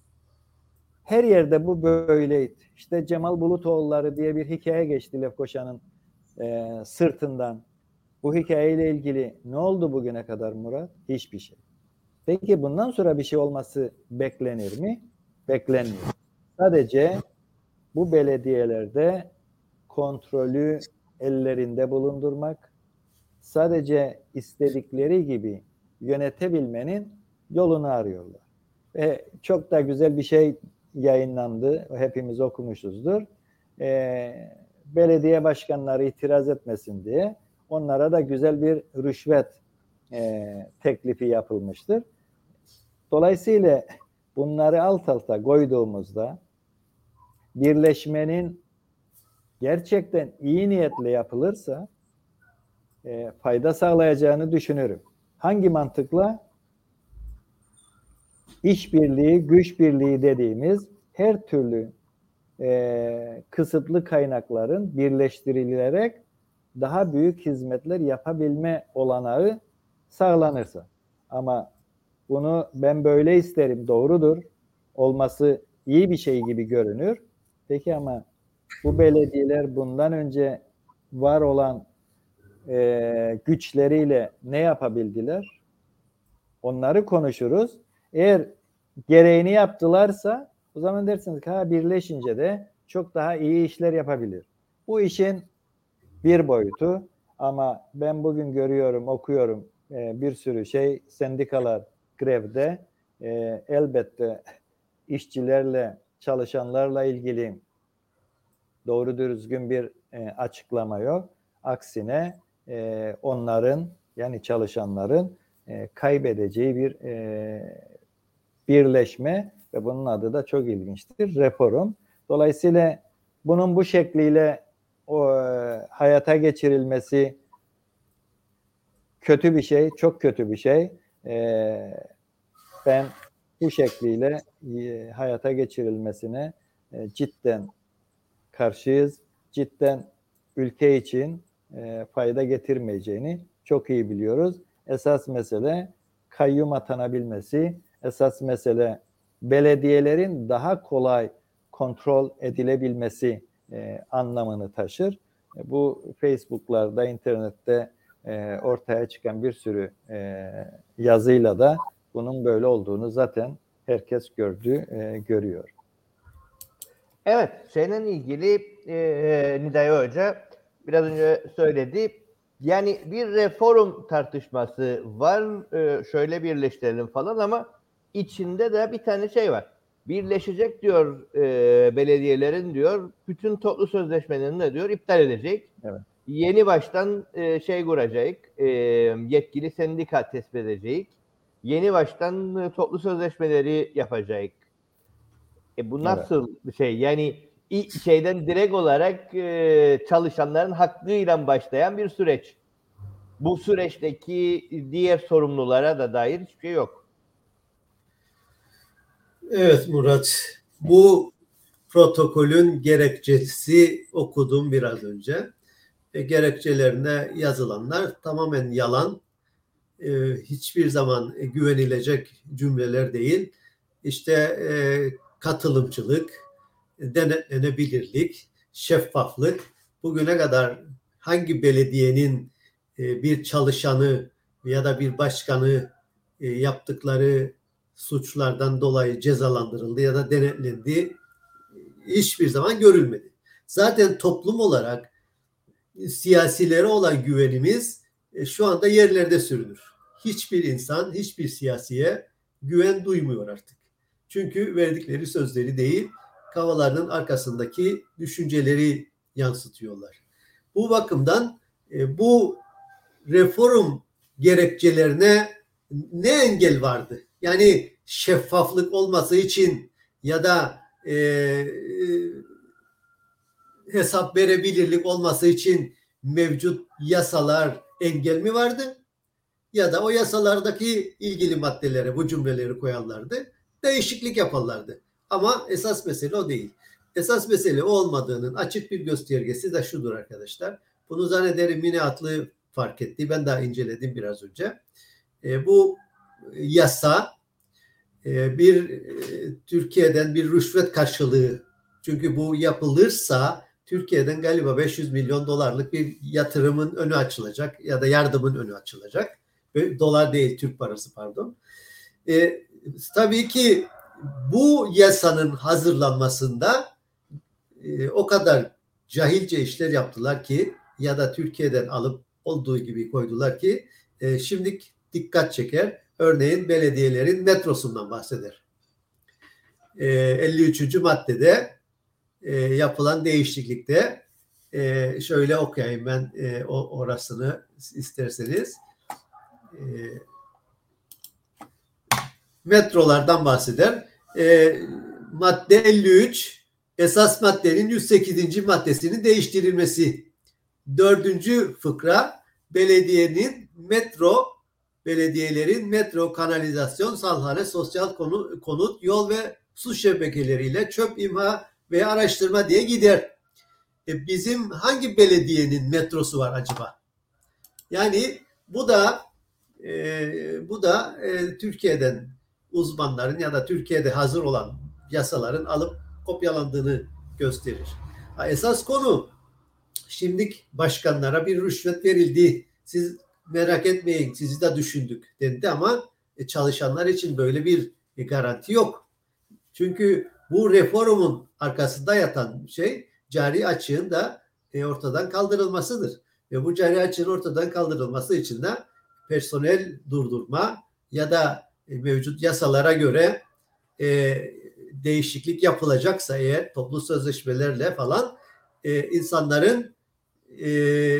Her yerde bu böyleydi. İşte Cemal Bulutoğulları diye bir hikaye geçti Lefkoşa'nın e, sırtından. Bu hikayeyle ilgili ne oldu bugüne kadar Murat? Hiçbir şey. Peki bundan sonra bir şey olması beklenir mi? Beklenmiyor. Sadece bu belediyelerde kontrolü ellerinde bulundurmak, sadece istedikleri gibi yönetebilmenin yolunu arıyorlar. Ve çok da güzel bir şey yayınlandı. Hepimiz okumuşuzdur. Ee, belediye başkanları itiraz etmesin diye onlara da güzel bir rüşvet e, teklifi yapılmıştır. Dolayısıyla bunları alt alta koyduğumuzda birleşmenin gerçekten iyi niyetle yapılırsa e, fayda sağlayacağını düşünürüm. Hangi mantıkla? İşbirliği, güç birliği dediğimiz her türlü e, kısıtlı kaynakların birleştirilerek daha büyük hizmetler yapabilme olanağı sağlanırsa. Ama bunu ben böyle isterim, doğrudur. Olması iyi bir şey gibi görünür. Peki ama bu belediyeler bundan önce var olan e, güçleriyle ne yapabildiler? Onları konuşuruz. Eğer gereğini yaptılarsa o zaman dersiniz ki ha birleşince de çok daha iyi işler yapabilir. Bu işin bir boyutu ama ben bugün görüyorum, okuyorum e, bir sürü şey, sendikalar grevde, e, elbette işçilerle, çalışanlarla ilgili doğru düzgün bir e, açıklama yok. Aksine e, onların Yani çalışanların e, kaybedeceği bir e, birleşme ve bunun adı da çok ilginçtir, reform. Dolayısıyla bunun bu şekliyle o, e, hayata geçirilmesi kötü bir şey, çok kötü bir şey. E, ben bu şekliyle e, hayata geçirilmesine e, cidden karşıyız. Cidden ülke için e, fayda getirmeyeceğini çok iyi biliyoruz. Esas mesele kayyum atanabilmesi, esas mesele belediyelerin daha kolay kontrol edilebilmesi e, anlamını taşır. E, bu Facebook'larda, internette e, ortaya çıkan bir sürü e, yazıyla da bunun böyle olduğunu zaten herkes gördü, e, görüyor. Evet, şeyle ilgili e, Nidai Hoca biraz önce söyledi. Yani bir reform tartışması var, e, şöyle birleştirelim falan ama içinde de bir tane şey var. Birleşecek diyor e, belediyelerin diyor, bütün toplu sözleşmelerini de diyor iptal edecek. Evet. Yeni baştan e, şey kuracak, e, yetkili sendika tespit edecek. Yeni baştan e, toplu sözleşmeleri yapacak. E bu nasıl bir şey? Yani ilk şeyden direkt olarak e, çalışanların hakkıyla başlayan bir süreç. Bu süreçteki diğer sorumlulara da dair hiçbir şey yok. Evet Murat, bu protokolün gerekçesi okudum biraz önce. E, gerekçelerine yazılanlar tamamen yalan. E, hiçbir zaman e, güvenilecek cümleler değil. İşte e, katılımcılık, denetlenebilirlik, şeffaflık. Bugüne kadar hangi belediyenin e, bir çalışanı ya da bir başkanı e, yaptıkları suçlardan dolayı cezalandırıldı ya da denetlendi hiçbir zaman görülmedi. Zaten toplum olarak siyasilere olan güvenimiz e, şu anda yerlerde sürünür. Hiçbir insan, hiçbir siyasiye güven duymuyor artık. Çünkü verdikleri sözleri değil, kafalarının arkasındaki düşünceleri yansıtıyorlar. Bu bakımdan e, bu reform gerekçelerine ne engel vardı? Yani şeffaflık olması için ya da e, e, hesap verebilirlik olması için mevcut yasalar engel mi vardı? Ya da o yasalardaki ilgili maddelere bu cümleleri koyarlardı. Değişiklik yaparlardı. Ama esas mesele o değil. Esas mesele o olmadığının açık bir göstergesi de şudur arkadaşlar. Bunu zannederim Mine Atlı fark etti. Ben daha inceledim biraz önce. E, bu yasa e, bir e, Türkiye'den bir rüşvet karşılığı. Çünkü bu yapılırsa Türkiye'den galiba beş yüz milyon dolarlık bir yatırımın önü açılacak ya da yardımın önü açılacak. Dolar değil, Türk parası pardon. E, tabii ki bu yasanın hazırlanmasında e, o kadar cahilce işler yaptılar ki ya da Türkiye'den alıp olduğu gibi koydular ki e, şimdi dikkat çeker. Örneğin belediyelerin metrosundan bahseder. E, elli üçüncü maddede e, yapılan değişiklikte e, şöyle okuyayım ben e, o orasını isterseniz. E, metrolardan bahseder. E, madde elli üç esas maddenin yüz sekizinci maddesinin değiştirilmesi. Dördüncü fıkra belediyenin metro belediyelerin metro, kanalizasyon, salhane, sosyal konu, konut, yol ve su şebekeleriyle çöp imha ve araştırma diye gider. E bizim hangi belediyenin metrosu var acaba? Yani bu da e, bu da e, Türkiye'den uzmanların ya da Türkiye'de hazır olan yasaların alıp kopyalandığını gösterir. Ha, esas konu şimdi başkanlara bir rüşvet verildi. Siz merak etmeyin, sizi de düşündük dendi ama çalışanlar için böyle bir garanti yok. Çünkü bu reformun arkasında yatan şey cari açığın da ortadan kaldırılmasıdır. Ve bu cari açığın ortadan kaldırılması için de personel durdurma ya da mevcut yasalara göre e, değişiklik yapılacaksa eğer toplu sözleşmelerle falan e, insanların e,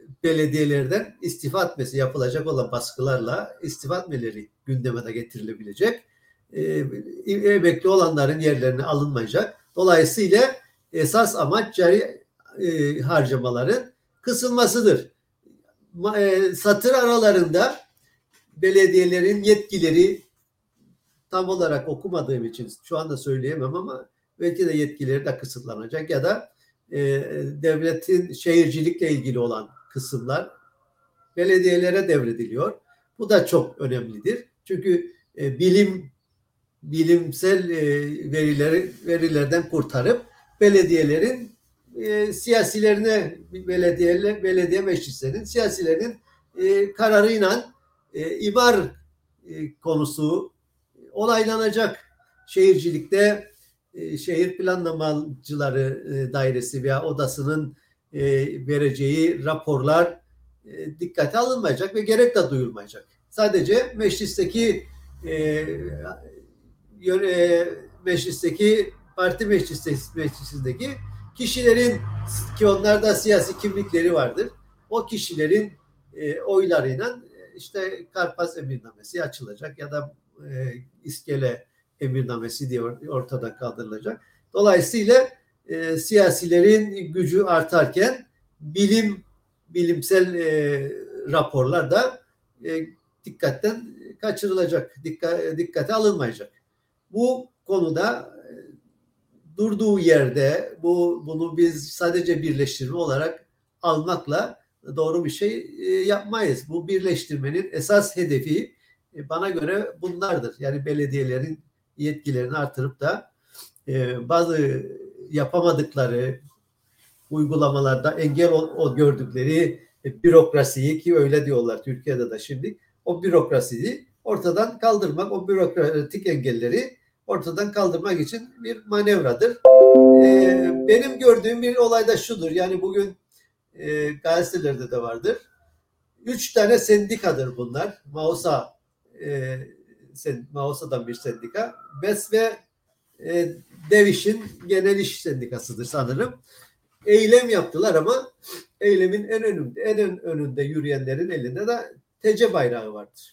belediyelerden istifa etmesi, yapılacak olan baskılarla istifa etmeleri gündeme de getirilebilecek. E, emekli olanların yerlerine alınmayacak. Dolayısıyla esas amaç cari e, harcamaların kısılmasıdır. E, satır aralarında belediyelerin yetkileri tam olarak okumadığım için şu anda söyleyemem ama belki de yetkileri de kısıtlanacak ya da e, devletin şehircilikle ilgili olan kısımlar belediyelere devrediliyor. Bu da çok önemlidir. Çünkü e, bilim bilimsel e, verileri verilerden kurtarıp belediyelerin e, siyasilerine belediye belediye meclislerinin siyasilerin e, kararıyla e, imar e, konusu onaylanacak. Şehircilikte e, şehir planlamacıları e, dairesi veya odasının e, vereceği raporlar e, dikkate alınmayacak ve gerek de duyulmayacak. Sadece meclisteki e, e, meclisteki parti meclisindeki kişilerin ki onlarda siyasi kimlikleri vardır. O kişilerin e, oylarıyla işte Karpaz Emirnamesi açılacak ya da e, İskele Emirnamesi diye ortadan kaldırılacak. Dolayısıyla e, siyasilerin gücü artarken bilim bilimsel e, raporlar da e, dikkatten kaçırılacak, dikkat, dikkate alınmayacak. Bu konuda e, durduğu yerde bu bunu biz sadece birleştirme olarak almakla doğru bir şey e, yapmayız. Bu birleştirmenin esas hedefi e, bana göre bunlardır. Yani belediyelerin yetkilerini artırıp da e, bazı yapamadıkları uygulamalarda engel o, o gördükleri e, bürokrasiyi ki öyle diyorlar Türkiye'de de şimdi o bürokrasiyi ortadan kaldırmak, o bürokratik engelleri ortadan kaldırmak için bir manevradır. E, benim gördüğüm bir olay da şudur. Yani bugün e, gazetelerde de vardır. Üç tane sendikadır bunlar. Mausa e, sen, Mausa'dan bir sendika. B E S ve e, Deviş'in Genel İş Sendikası'dır sanırım. Eylem yaptılar ama eylemin en önünde, en önünde yürüyenlerin elinde de T C bayrağı vardır.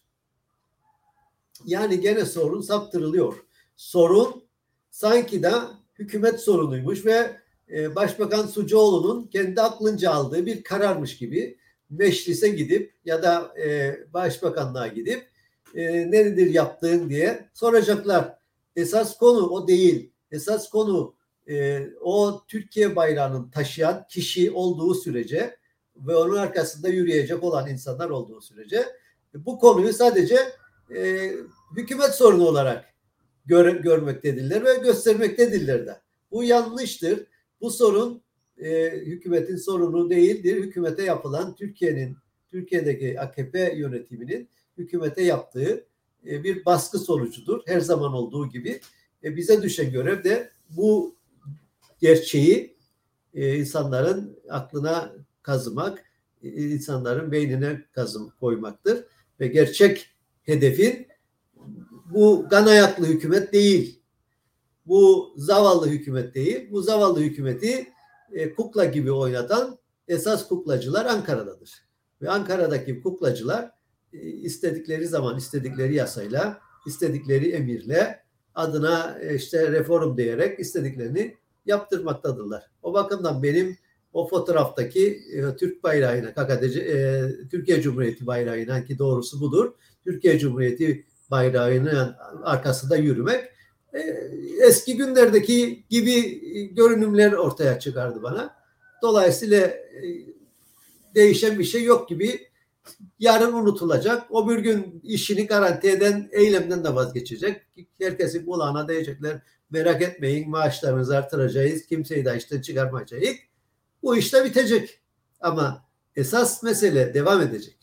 Yani gene sorun saptırılıyor. Sorun sanki de hükümet sorunuymuş ve e, Başbakan Sucuoğlu'nun kendi aklınca aldığı bir kararmış gibi meclise gidip ya da e, başbakanlığa gidip e, neredir yaptığın diye soracaklar. Esas konu o değil. Esas konu e, o Türkiye bayrağının taşıyan kişi olduğu sürece ve onun arkasında yürüyecek olan insanlar olduğu sürece bu konuyu sadece e, hükümet sorunu olarak gör, görmektedirler ve göstermektedirler de. Bu yanlıştır. Bu sorun e, hükümetin sorunu değildir. Hükümete yapılan Türkiye'nin, Türkiye'deki A K P yönetiminin hükümete yaptığı e, bir baskı sonucudur. Her zaman olduğu gibi. E, bize düşen görev de bu gerçeği e, insanların aklına kazımak, e, insanların beynine kazım koymaktır. Ve gerçek hedefin bu gan ayaklı hükümet değil. Bu zavallı hükümet değil. Bu zavallı hükümeti e, kukla gibi oynatan esas kuklacılar Ankara'dadır. Ve Ankara'daki kuklacılar e, istedikleri zaman, istedikleri yasayla, istedikleri emirle adına e, işte reform diyerek istediklerini yaptırmaktadırlar. O bakımdan benim o fotoğraftaki e, Türk bayrağına, K K T C, e, Türkiye Cumhuriyeti bayrağına ki doğrusu budur. Türkiye Cumhuriyeti bayrağının arkasında yürümek e, eski günlerdeki gibi görünümler ortaya çıkardı bana. Dolayısıyla e, değişen bir şey yok gibi yarın unutulacak. O bir gün işini garanti eden eylemden de vazgeçecek. Herkesin kulağına diyecekler merak etmeyin maaşlarınızı artıracağız. Kimseyi de işten çıkarmayacağız. Bu işte bitecek. Ama esas mesele devam edecek.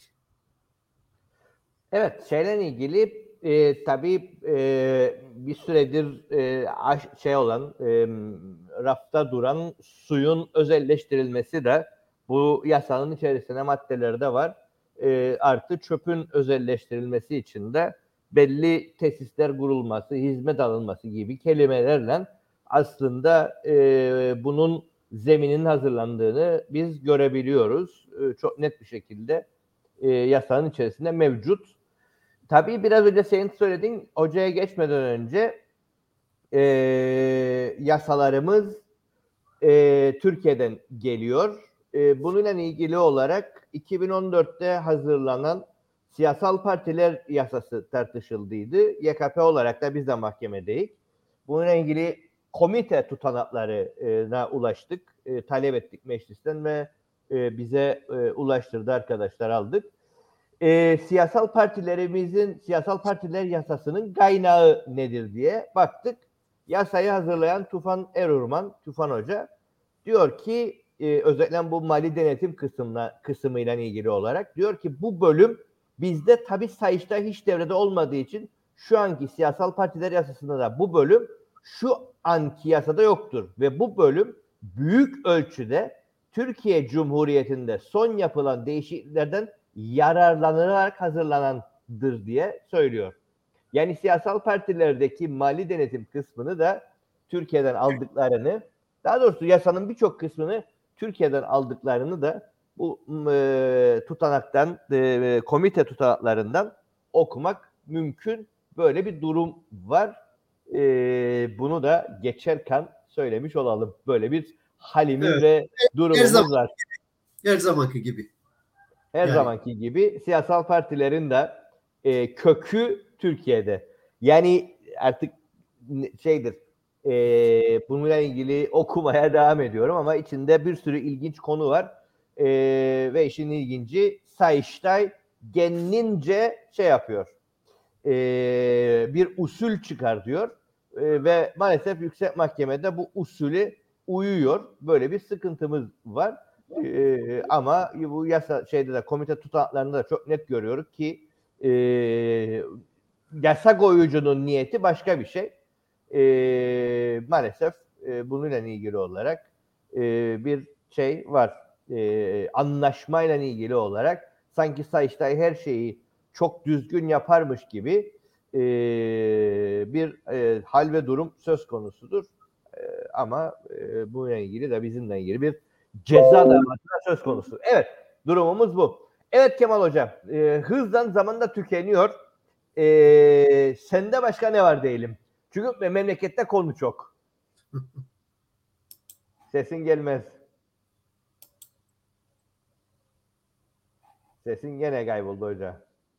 Evet, şeyle ilgili e, tabii e, bir süredir e, şey olan e, rafta duran suyun özelleştirilmesi de bu yasanın içerisinde maddeleri de var. E, artı çöpün özelleştirilmesi için de belli tesisler kurulması, hizmet alınması gibi kelimelerle aslında e, bunun zemininin hazırlandığını biz görebiliyoruz. E, çok net bir şekilde e, yasanın içerisinde mevcut. Tabii biraz önce senin söylediğin hocaya geçmeden önce e, yasalarımız e, Türkiye'den geliyor. E, bununla ilgili olarak iki bin on dörtte hazırlanan siyasal partiler yasası tartışıldıydı. Y K P olarak da biz de mahkemedeyiz. Bununla ilgili komite tutanaklarına ulaştık. E, talep ettik meclisten ve e, bize e, ulaştırdı arkadaşlar, aldık. E, siyasal partilerimizin, siyasal partiler yasasının kaynağı nedir diye baktık. Yasayı hazırlayan Tufan Erurman, Tufan Hoca diyor ki e, özellikle bu mali denetim kısmına, kısmıyla ilgili olarak diyor ki bu bölüm bizde tabii Sayıştay hiç devrede olmadığı için şu anki siyasal partiler yasasında da bu bölüm şu anki yasada yoktur. Ve bu bölüm büyük ölçüde Türkiye Cumhuriyeti'nde son yapılan değişikliklerden yararlanarak hazırlanandır diye söylüyor. Yani siyasal partilerdeki mali denetim kısmını da Türkiye'den aldıklarını, daha doğrusu yasanın birçok kısmını Türkiye'den aldıklarını da bu e, tutanaktan, e, komite tutanaklarından okumak mümkün. Böyle bir durum var. E, bunu da geçerken söylemiş olalım. Böyle bir halimiz evet. ve durumumuz her zaman, var. Her zamanki gibi. Her yani. zamanki gibi siyasal partilerin de e, kökü Türkiye'de. Yani artık şeydir, e, bununla ilgili okumaya devam ediyorum ama içinde bir sürü ilginç konu var. E, ve işin ilginci Sayıştay kendince şey yapıyor. E, bir usul çıkar diyor. E, ve maalesef Yüksek Mahkeme'de bu usulü uyuyor. Böyle bir sıkıntımız var. Ee, ama bu yasa şeyde de komite tutanaklarında da çok net görüyoruz ki e, yasa koyucunun niyeti başka bir şey. E, maalesef e, bununla ilgili olarak e, bir şey var. E, anlaşmayla ilgili olarak sanki Sayıştay her şeyi çok düzgün yaparmış gibi e, bir e, hal ve durum söz konusudur. E, ama e, bununla ilgili de bizimle ilgili bir ceza davasına söz konusu. Evet, durumumuz bu. Evet Kemal Hocam, e, hızdan zamanda tükeniyor. E, sende başka ne var diyelim? Çünkü memlekette konu çok. Sesin gelmez. Sesin gene kayboldu hocam.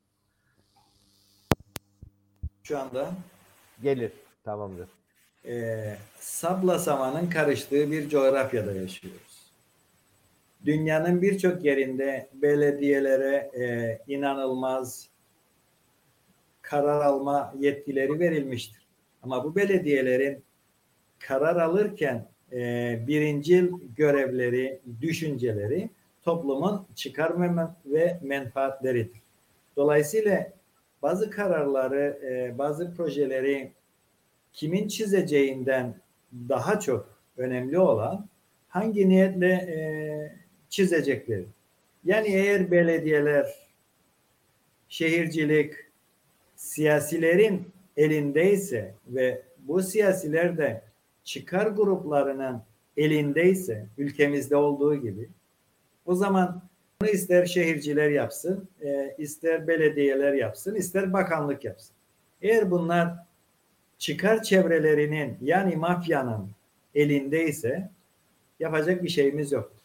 Şu anda gelir, tamamdır. E, sabla samanın karıştığı bir coğrafyada yaşıyoruz. Dünyanın birçok yerinde belediyelere e, inanılmaz karar alma yetkileri verilmiştir. Ama bu belediyelerin karar alırken e, birincil görevleri, düşünceleri toplumun çıkar ve menfaatleridir. Dolayısıyla bazı kararları, e, bazı projeleri kimin çizeceğinden daha çok önemli olan hangi niyetle e, çizecekleri. Yani eğer belediyeler, şehircilik, siyasilerin elindeyse ve bu siyasiler de çıkar gruplarının elindeyse, ülkemizde olduğu gibi, o zaman bunu ister şehirciler yapsın, e, ister belediyeler yapsın, ister bakanlık yapsın. Eğer bunlar çıkar çevrelerinin yani mafyanın elindeyse yapacak bir şeyimiz yoktur.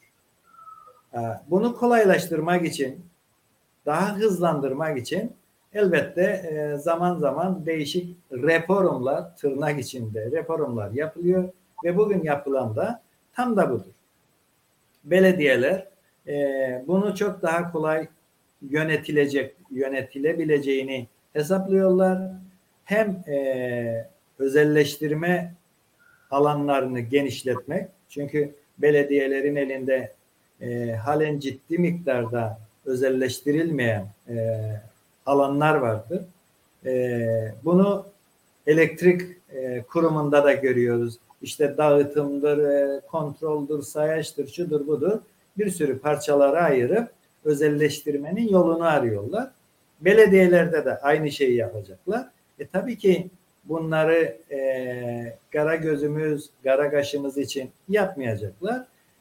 Bunu kolaylaştırmak için, daha hızlandırmak için elbette zaman zaman değişik reformlar, tırnak içinde reformlar yapılıyor ve bugün yapılan da tam da budur. Belediyeler bunu çok daha kolay yönetilecek, yönetilebileceğini hesaplıyorlar. Hem e, özelleştirme alanlarını genişletmek, çünkü belediyelerin elinde e, halen ciddi miktarda özelleştirilmeyen e, alanlar vardır. E, bunu elektrik e, kurumunda da görüyoruz. İşte dağıtımdır, e, kontroldür, sayaçtır, şudur budur. Bir sürü parçalara ayırıp özelleştirmenin yolunu arıyorlar. Belediyelerde de aynı şeyi yapacaklar. E tabii ki bunları e, kara gözümüz, kara kaşımız için yapmayacaklar.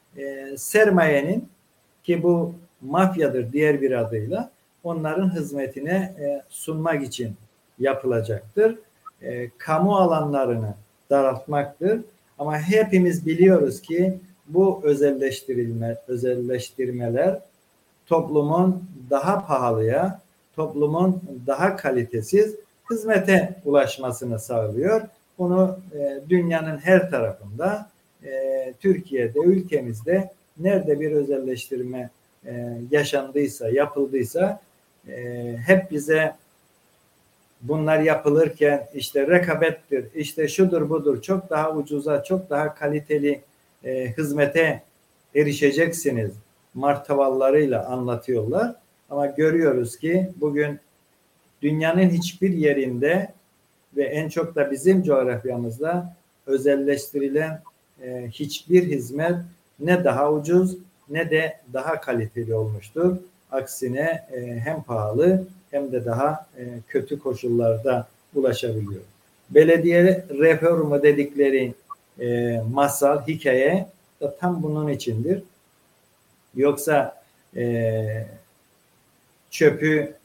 e, sermayenin, ki bu mafyadır diğer bir adıyla, onların hizmetine e, sunmak için yapılacaktır. E, kamu alanlarını daraltmaktır. Ama hepimiz biliyoruz ki bu özelleştirilme, özelleştirmeler toplumun daha pahalıya, toplumun daha kalitesiz hizmete ulaşmasını sağlıyor. Bunu e, dünyanın her tarafında, e, Türkiye'de, ülkemizde nerede bir özelleştirme e, yaşandıysa, yapıldıysa e, hep bize bunlar yapılırken işte rekabettir, işte şudur budur, çok daha ucuza, çok daha kaliteli e, hizmete erişeceksiniz martavallarıyla anlatıyorlar. Ama görüyoruz ki bugün dünyanın hiçbir yerinde ve en çok da bizim coğrafyamızda özelleştirilen e, hiçbir hizmet ne daha ucuz ne de daha kaliteli olmuştur. Aksine e, hem pahalı hem de daha e, kötü koşullarda ulaşabiliyor. Belediye reformu dedikleri e, masal, hikaye da tam bunun içindir. Yoksa e, çöpü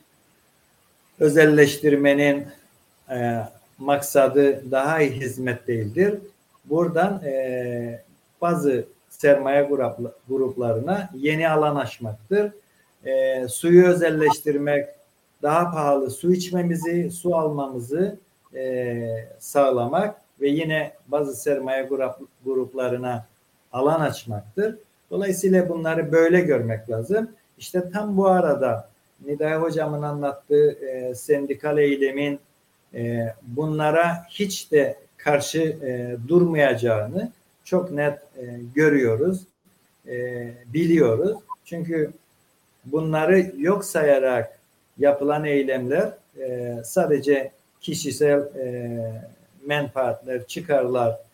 özelleştirmenin e, maksadı daha iyi hizmet değildir. Buradan e, bazı sermaye gruplarına yeni alan açmaktır. E, suyu özelleştirmek, daha pahalı su içmemizi, su almamızı e, sağlamak ve yine bazı sermaye gruplarına alan açmaktır. Dolayısıyla bunları böyle görmek lazım. İşte tam bu arada Nidai Hocam'ın anlattığı e, sendikal eylemin e, bunlara hiç de karşı e, durmayacağını çok net e, görüyoruz, e, biliyoruz. Çünkü bunları yok sayarak yapılan eylemler e, sadece kişisel e, menfaatler, çıkarlar e,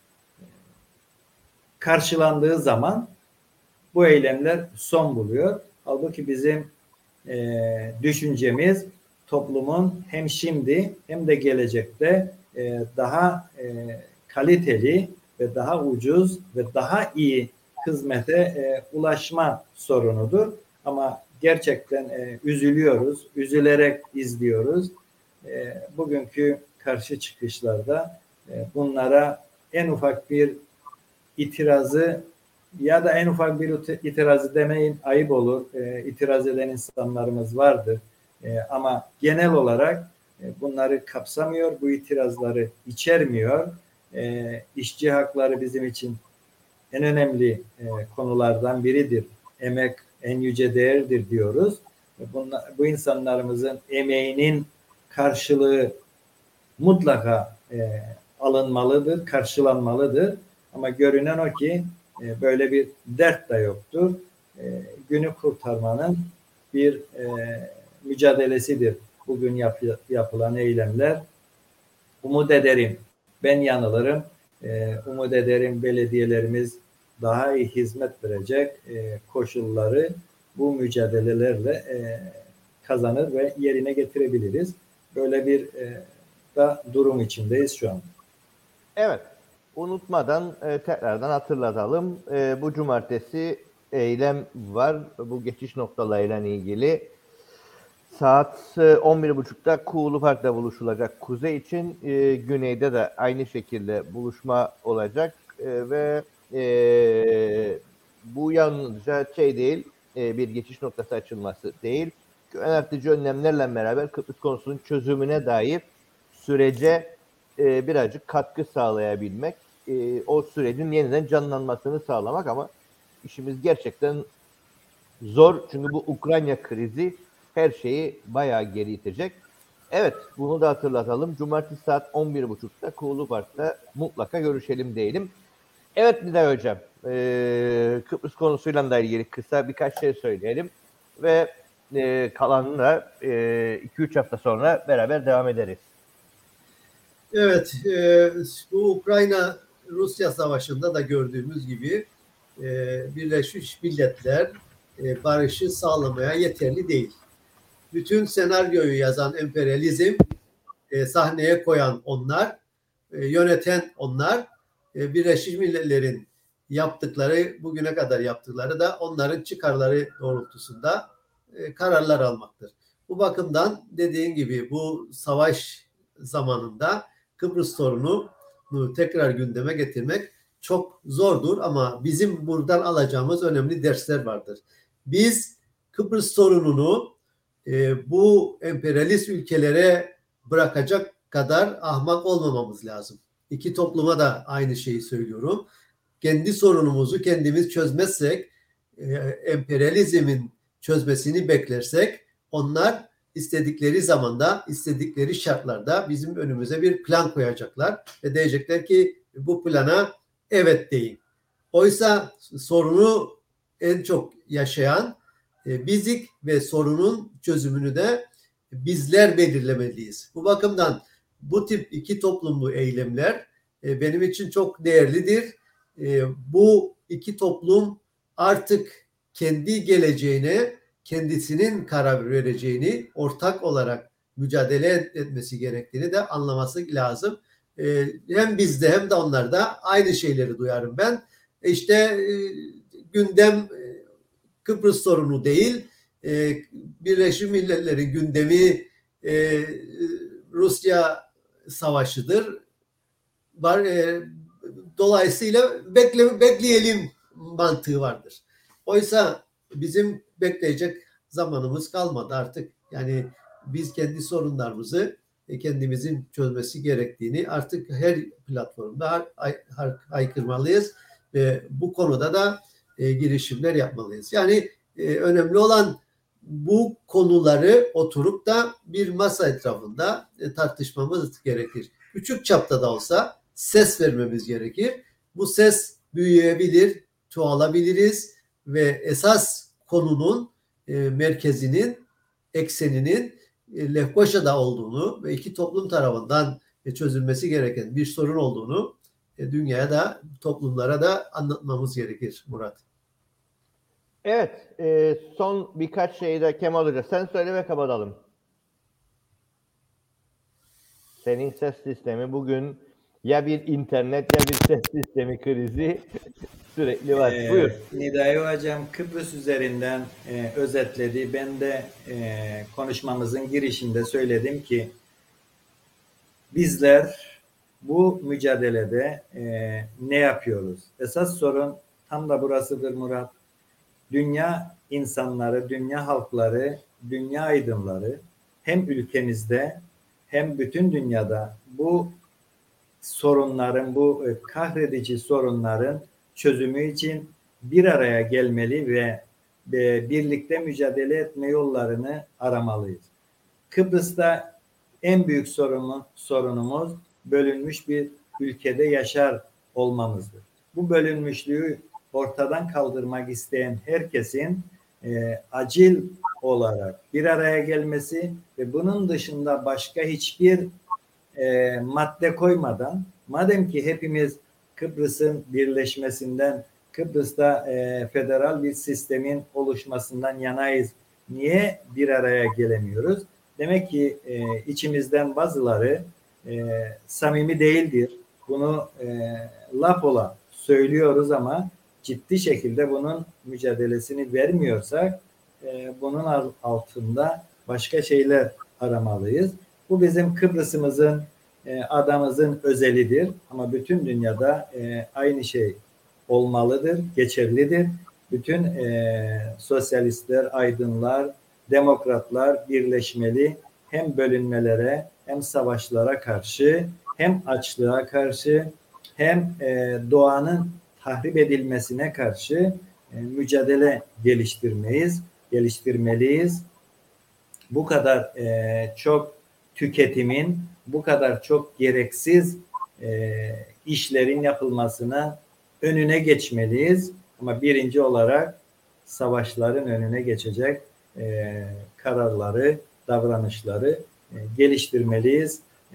karşılandığı zaman bu eylemler son buluyor. Halbuki bizim e, düşüncemiz toplumun hem şimdi hem de gelecekte e, daha e, kaliteli ve daha ucuz ve daha iyi hizmete e, ulaşma sorunudur. Ama gerçekten e, üzülüyoruz, üzülerek izliyoruz. E, bugünkü karşı çıkışlarda e, bunlara en ufak bir itirazı ya da en ufak bir itirazı demeyin, ayıp olur. E, itiraz eden insanlarımız vardır. E, ama genel olarak e, bunları kapsamıyor, bu itirazları içermiyor. E, işçi hakları bizim için en önemli e, konulardan biridir. Emek en yüce değerdir diyoruz. Bunlar, bu insanlarımızın emeğinin karşılığı mutlaka e, alınmalıdır, karşılanmalıdır. Ama görünen o ki e, böyle bir dert de yoktur. E, günü kurtarmanın bir e, mücadelesidir bugün yap, yapılan eylemler. Umut ederim, ben yanılırım. E, umut ederim belediyelerimiz daha iyi hizmet verecek e, koşulları bu mücadelelerle e, kazanır ve yerine getirebiliriz. Böyle bir e, da durum içindeyiz şu an. Evet. Unutmadan e, tekrardan hatırlatalım. E, bu cumartesi eylem var. Bu geçiş noktalarıyla ilgili. Saat e, on bir buçukta Kuğulu Park'ta buluşulacak kuzey için. E, güneyde de aynı şekilde buluşma olacak. E, ve e, bu yalnızca şey değil, e, bir geçiş noktası açılması değil. Yönetici önlemlerle beraber Kıbrıs konusunun çözümüne dair sürece e, birazcık katkı sağlayabilmek, e, o sürecin yeniden canlanmasını sağlamak, ama işimiz gerçekten zor. Çünkü bu Ukrayna krizi her şeyi bayağı geri itecek. Evet, bunu da hatırlatalım. Cumartesi saat on bir buçukta Kuğulu Park'ta mutlaka görüşelim diyelim. Evet Nidai Hocam, e, Kıbrıs konusuyla da ilgili kısa birkaç şey söyleyelim ve e, kalanını da iki üç hafta sonra beraber devam ederiz. Evet, e, bu Ukrayna-Rusya savaşında da gördüğümüz gibi e, Birleşmiş Milletler e, barışı sağlamaya yeterli değil. Bütün senaryoyu yazan emperyalizm, e, sahneye koyan onlar, e, yöneten onlar, e, Birleşmiş Milletler'in yaptıkları, bugüne kadar yaptıkları da onların çıkarları doğrultusunda e, kararlar almaktır. Bu bakımdan dediğin gibi bu savaş zamanında Kıbrıs sorununu tekrar gündeme getirmek çok zordur ama bizim buradan alacağımız önemli dersler vardır. Biz Kıbrıs sorununu e, bu emperyalist ülkelere bırakacak kadar ahmak olmamamız lazım. İki topluma da aynı şeyi söylüyorum. Kendi sorunumuzu kendimiz çözmezsek, e, emperyalizmin çözmesini beklersek, onlar istedikleri zamanda, istedikleri şartlarda bizim önümüze bir plan koyacaklar ve diyecekler ki bu plana evet deyin. Oysa sorunu en çok yaşayan e, bizik ve sorunun çözümünü de bizler belirlemeliyiz. Bu bakımdan bu tip iki toplumlu eylemler e, benim için çok değerlidir. E, bu iki toplum artık kendi geleceğine kendisinin karar vereceğini, ortak olarak mücadele etmesi gerektiğini de anlaması lazım. E, hem bizde hem de onlarda aynı şeyleri duyarım ben. E işte e, gündem e, Kıbrıs sorunu değil, e, Birleşmiş Milletler'in gündemi e, Rusya savaşıdır. Var, e, dolayısıyla bekle, bekleyelim mantığı vardır. Oysa bizim bekleyecek zamanımız kalmadı artık. Yani biz kendi sorunlarımızı kendimizin çözmesi gerektiğini artık her platformda haykırmalıyız ve bu konuda da e, girişimler yapmalıyız. Yani e, önemli olan bu konuları oturup da bir masa etrafında e, tartışmamız gerekir. Küçük çapta da olsa ses vermemiz gerekir. Bu ses büyüyebilir, çoğalabiliriz ve esas konunun e, merkezinin, ekseninin e, Lefkoşa'da olduğunu ve iki toplum tarafından e, çözülmesi gereken bir sorun olduğunu e, dünyaya da, toplumlara da anlatmamız gerekir Murat. Evet, e, son birkaç şeyi de Kemal Hoca sen söyle ve kapatalım. Senin ses sistemi bugün ya bir internet ya bir ses sistemi krizi sürekli var. Ee, Buyur. Nidai Hocam Kıbrıs üzerinden e, özetledi. Ben de e, konuşmamızın girişinde söyledim ki bizler bu mücadelede e, ne yapıyoruz? Esas sorun tam da burasıdır Murat. Dünya insanları, dünya halkları, dünya aydınları hem ülkemizde hem bütün dünyada bu sorunların, bu kahredici sorunların çözümü için bir araya gelmeli ve, ve birlikte mücadele etme yollarını aramalıyız. Kıbrıs'ta en büyük sorunumuz, sorunumuz bölünmüş bir ülkede yaşar olmamızdır. Bu bölünmüşlüğü ortadan kaldırmak isteyen herkesin e, acil olarak bir araya gelmesi ve bunun dışında başka hiçbir e, madde koymadan, madem ki hepimiz Kıbrıs'ın birleşmesinden, Kıbrıs'ta e, federal bir sistemin oluşmasından yanayız, niye bir araya gelemiyoruz? Demek ki e, içimizden bazıları e, samimi değildir. Bunu e, laf ola söylüyoruz ama ciddi şekilde bunun mücadelesini vermiyorsak e, bunun altında başka şeyler aramalıyız. Bu bizim Kıbrıs'ımızın, e, adamızın özelidir ama bütün dünyada e, aynı şey olmalıdır, geçerlidir. Bütün e, sosyalistler, aydınlar, demokratlar birleşmeli, hem bölünmelere hem savaşlara karşı, hem açlığa karşı, hem e, doğanın tahrip edilmesine karşı e, mücadele geliştirmeyiz, geliştirmeliyiz. Bu kadar e, çok tüketimin, bu kadar çok gereksiz e, işlerin yapılmasına önüne geçmeliyiz. Ama birinci olarak savaşların önüne geçecek e, kararları, davranışları e, geliştirmeliyiz. E,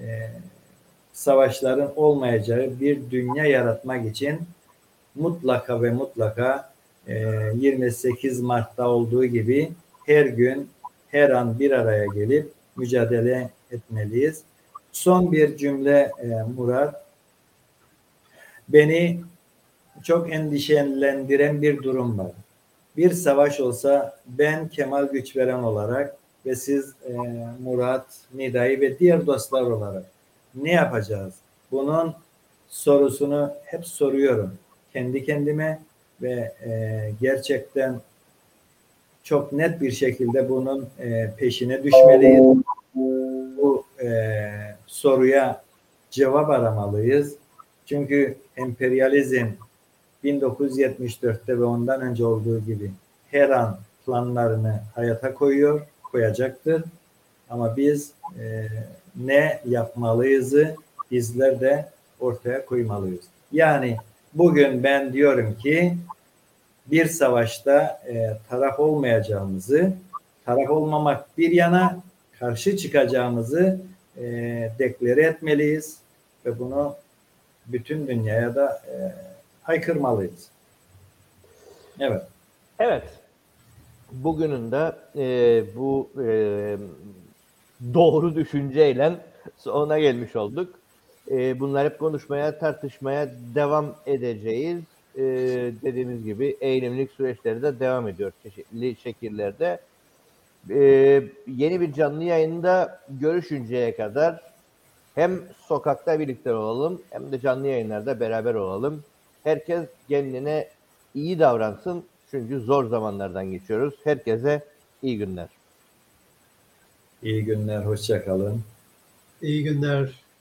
savaşların olmayacağı bir dünya yaratmak için mutlaka ve mutlaka e, yirmi sekiz Mart'ta olduğu gibi her gün, her an bir araya gelip mücadele etmeliyiz. Son bir cümle e, Murat. Beni çok endişelendiren bir durum var. Bir savaş olsa ben Kemal Güçveren olarak ve siz e, Murat, Nidai ve diğer dostlar olarak ne yapacağız? Bunun sorusunu hep soruyorum kendi kendime ve e, gerçekten çok net bir şekilde bunun e, peşine düşmeliyiz. Bu e, soruya cevap aramalıyız. Çünkü emperyalizm bin dokuz yüz yetmiş dörtte ve ondan önce olduğu gibi her an planlarını hayata koyuyor, koyacaktır. Ama biz e, ne yapmalıyızı bizler de ortaya koymalıyız. Yani bugün ben diyorum ki bir savaşta e, taraf olmayacağımızı, taraf olmamak bir yana karşı çıkacağımızı e, deklare etmeliyiz ve bunu bütün dünyaya da e, haykırmalıyız. Evet. Evet. Bugünün de e, bu e, doğru düşünceyle sonuna gelmiş olduk. E, bunlar hep konuşmaya, tartışmaya devam edeceğiz. E, dediğimiz gibi eğilimlik süreçleri de devam ediyor çeşitli şekillerde. E, yeni bir canlı yayında görüşünceye kadar hem sokakta birlikte olalım hem de canlı yayınlarda beraber olalım. Herkes kendine iyi davransın. Çünkü zor zamanlardan geçiyoruz. Herkese iyi günler. İyi günler, hoşça kalın. İyi günler.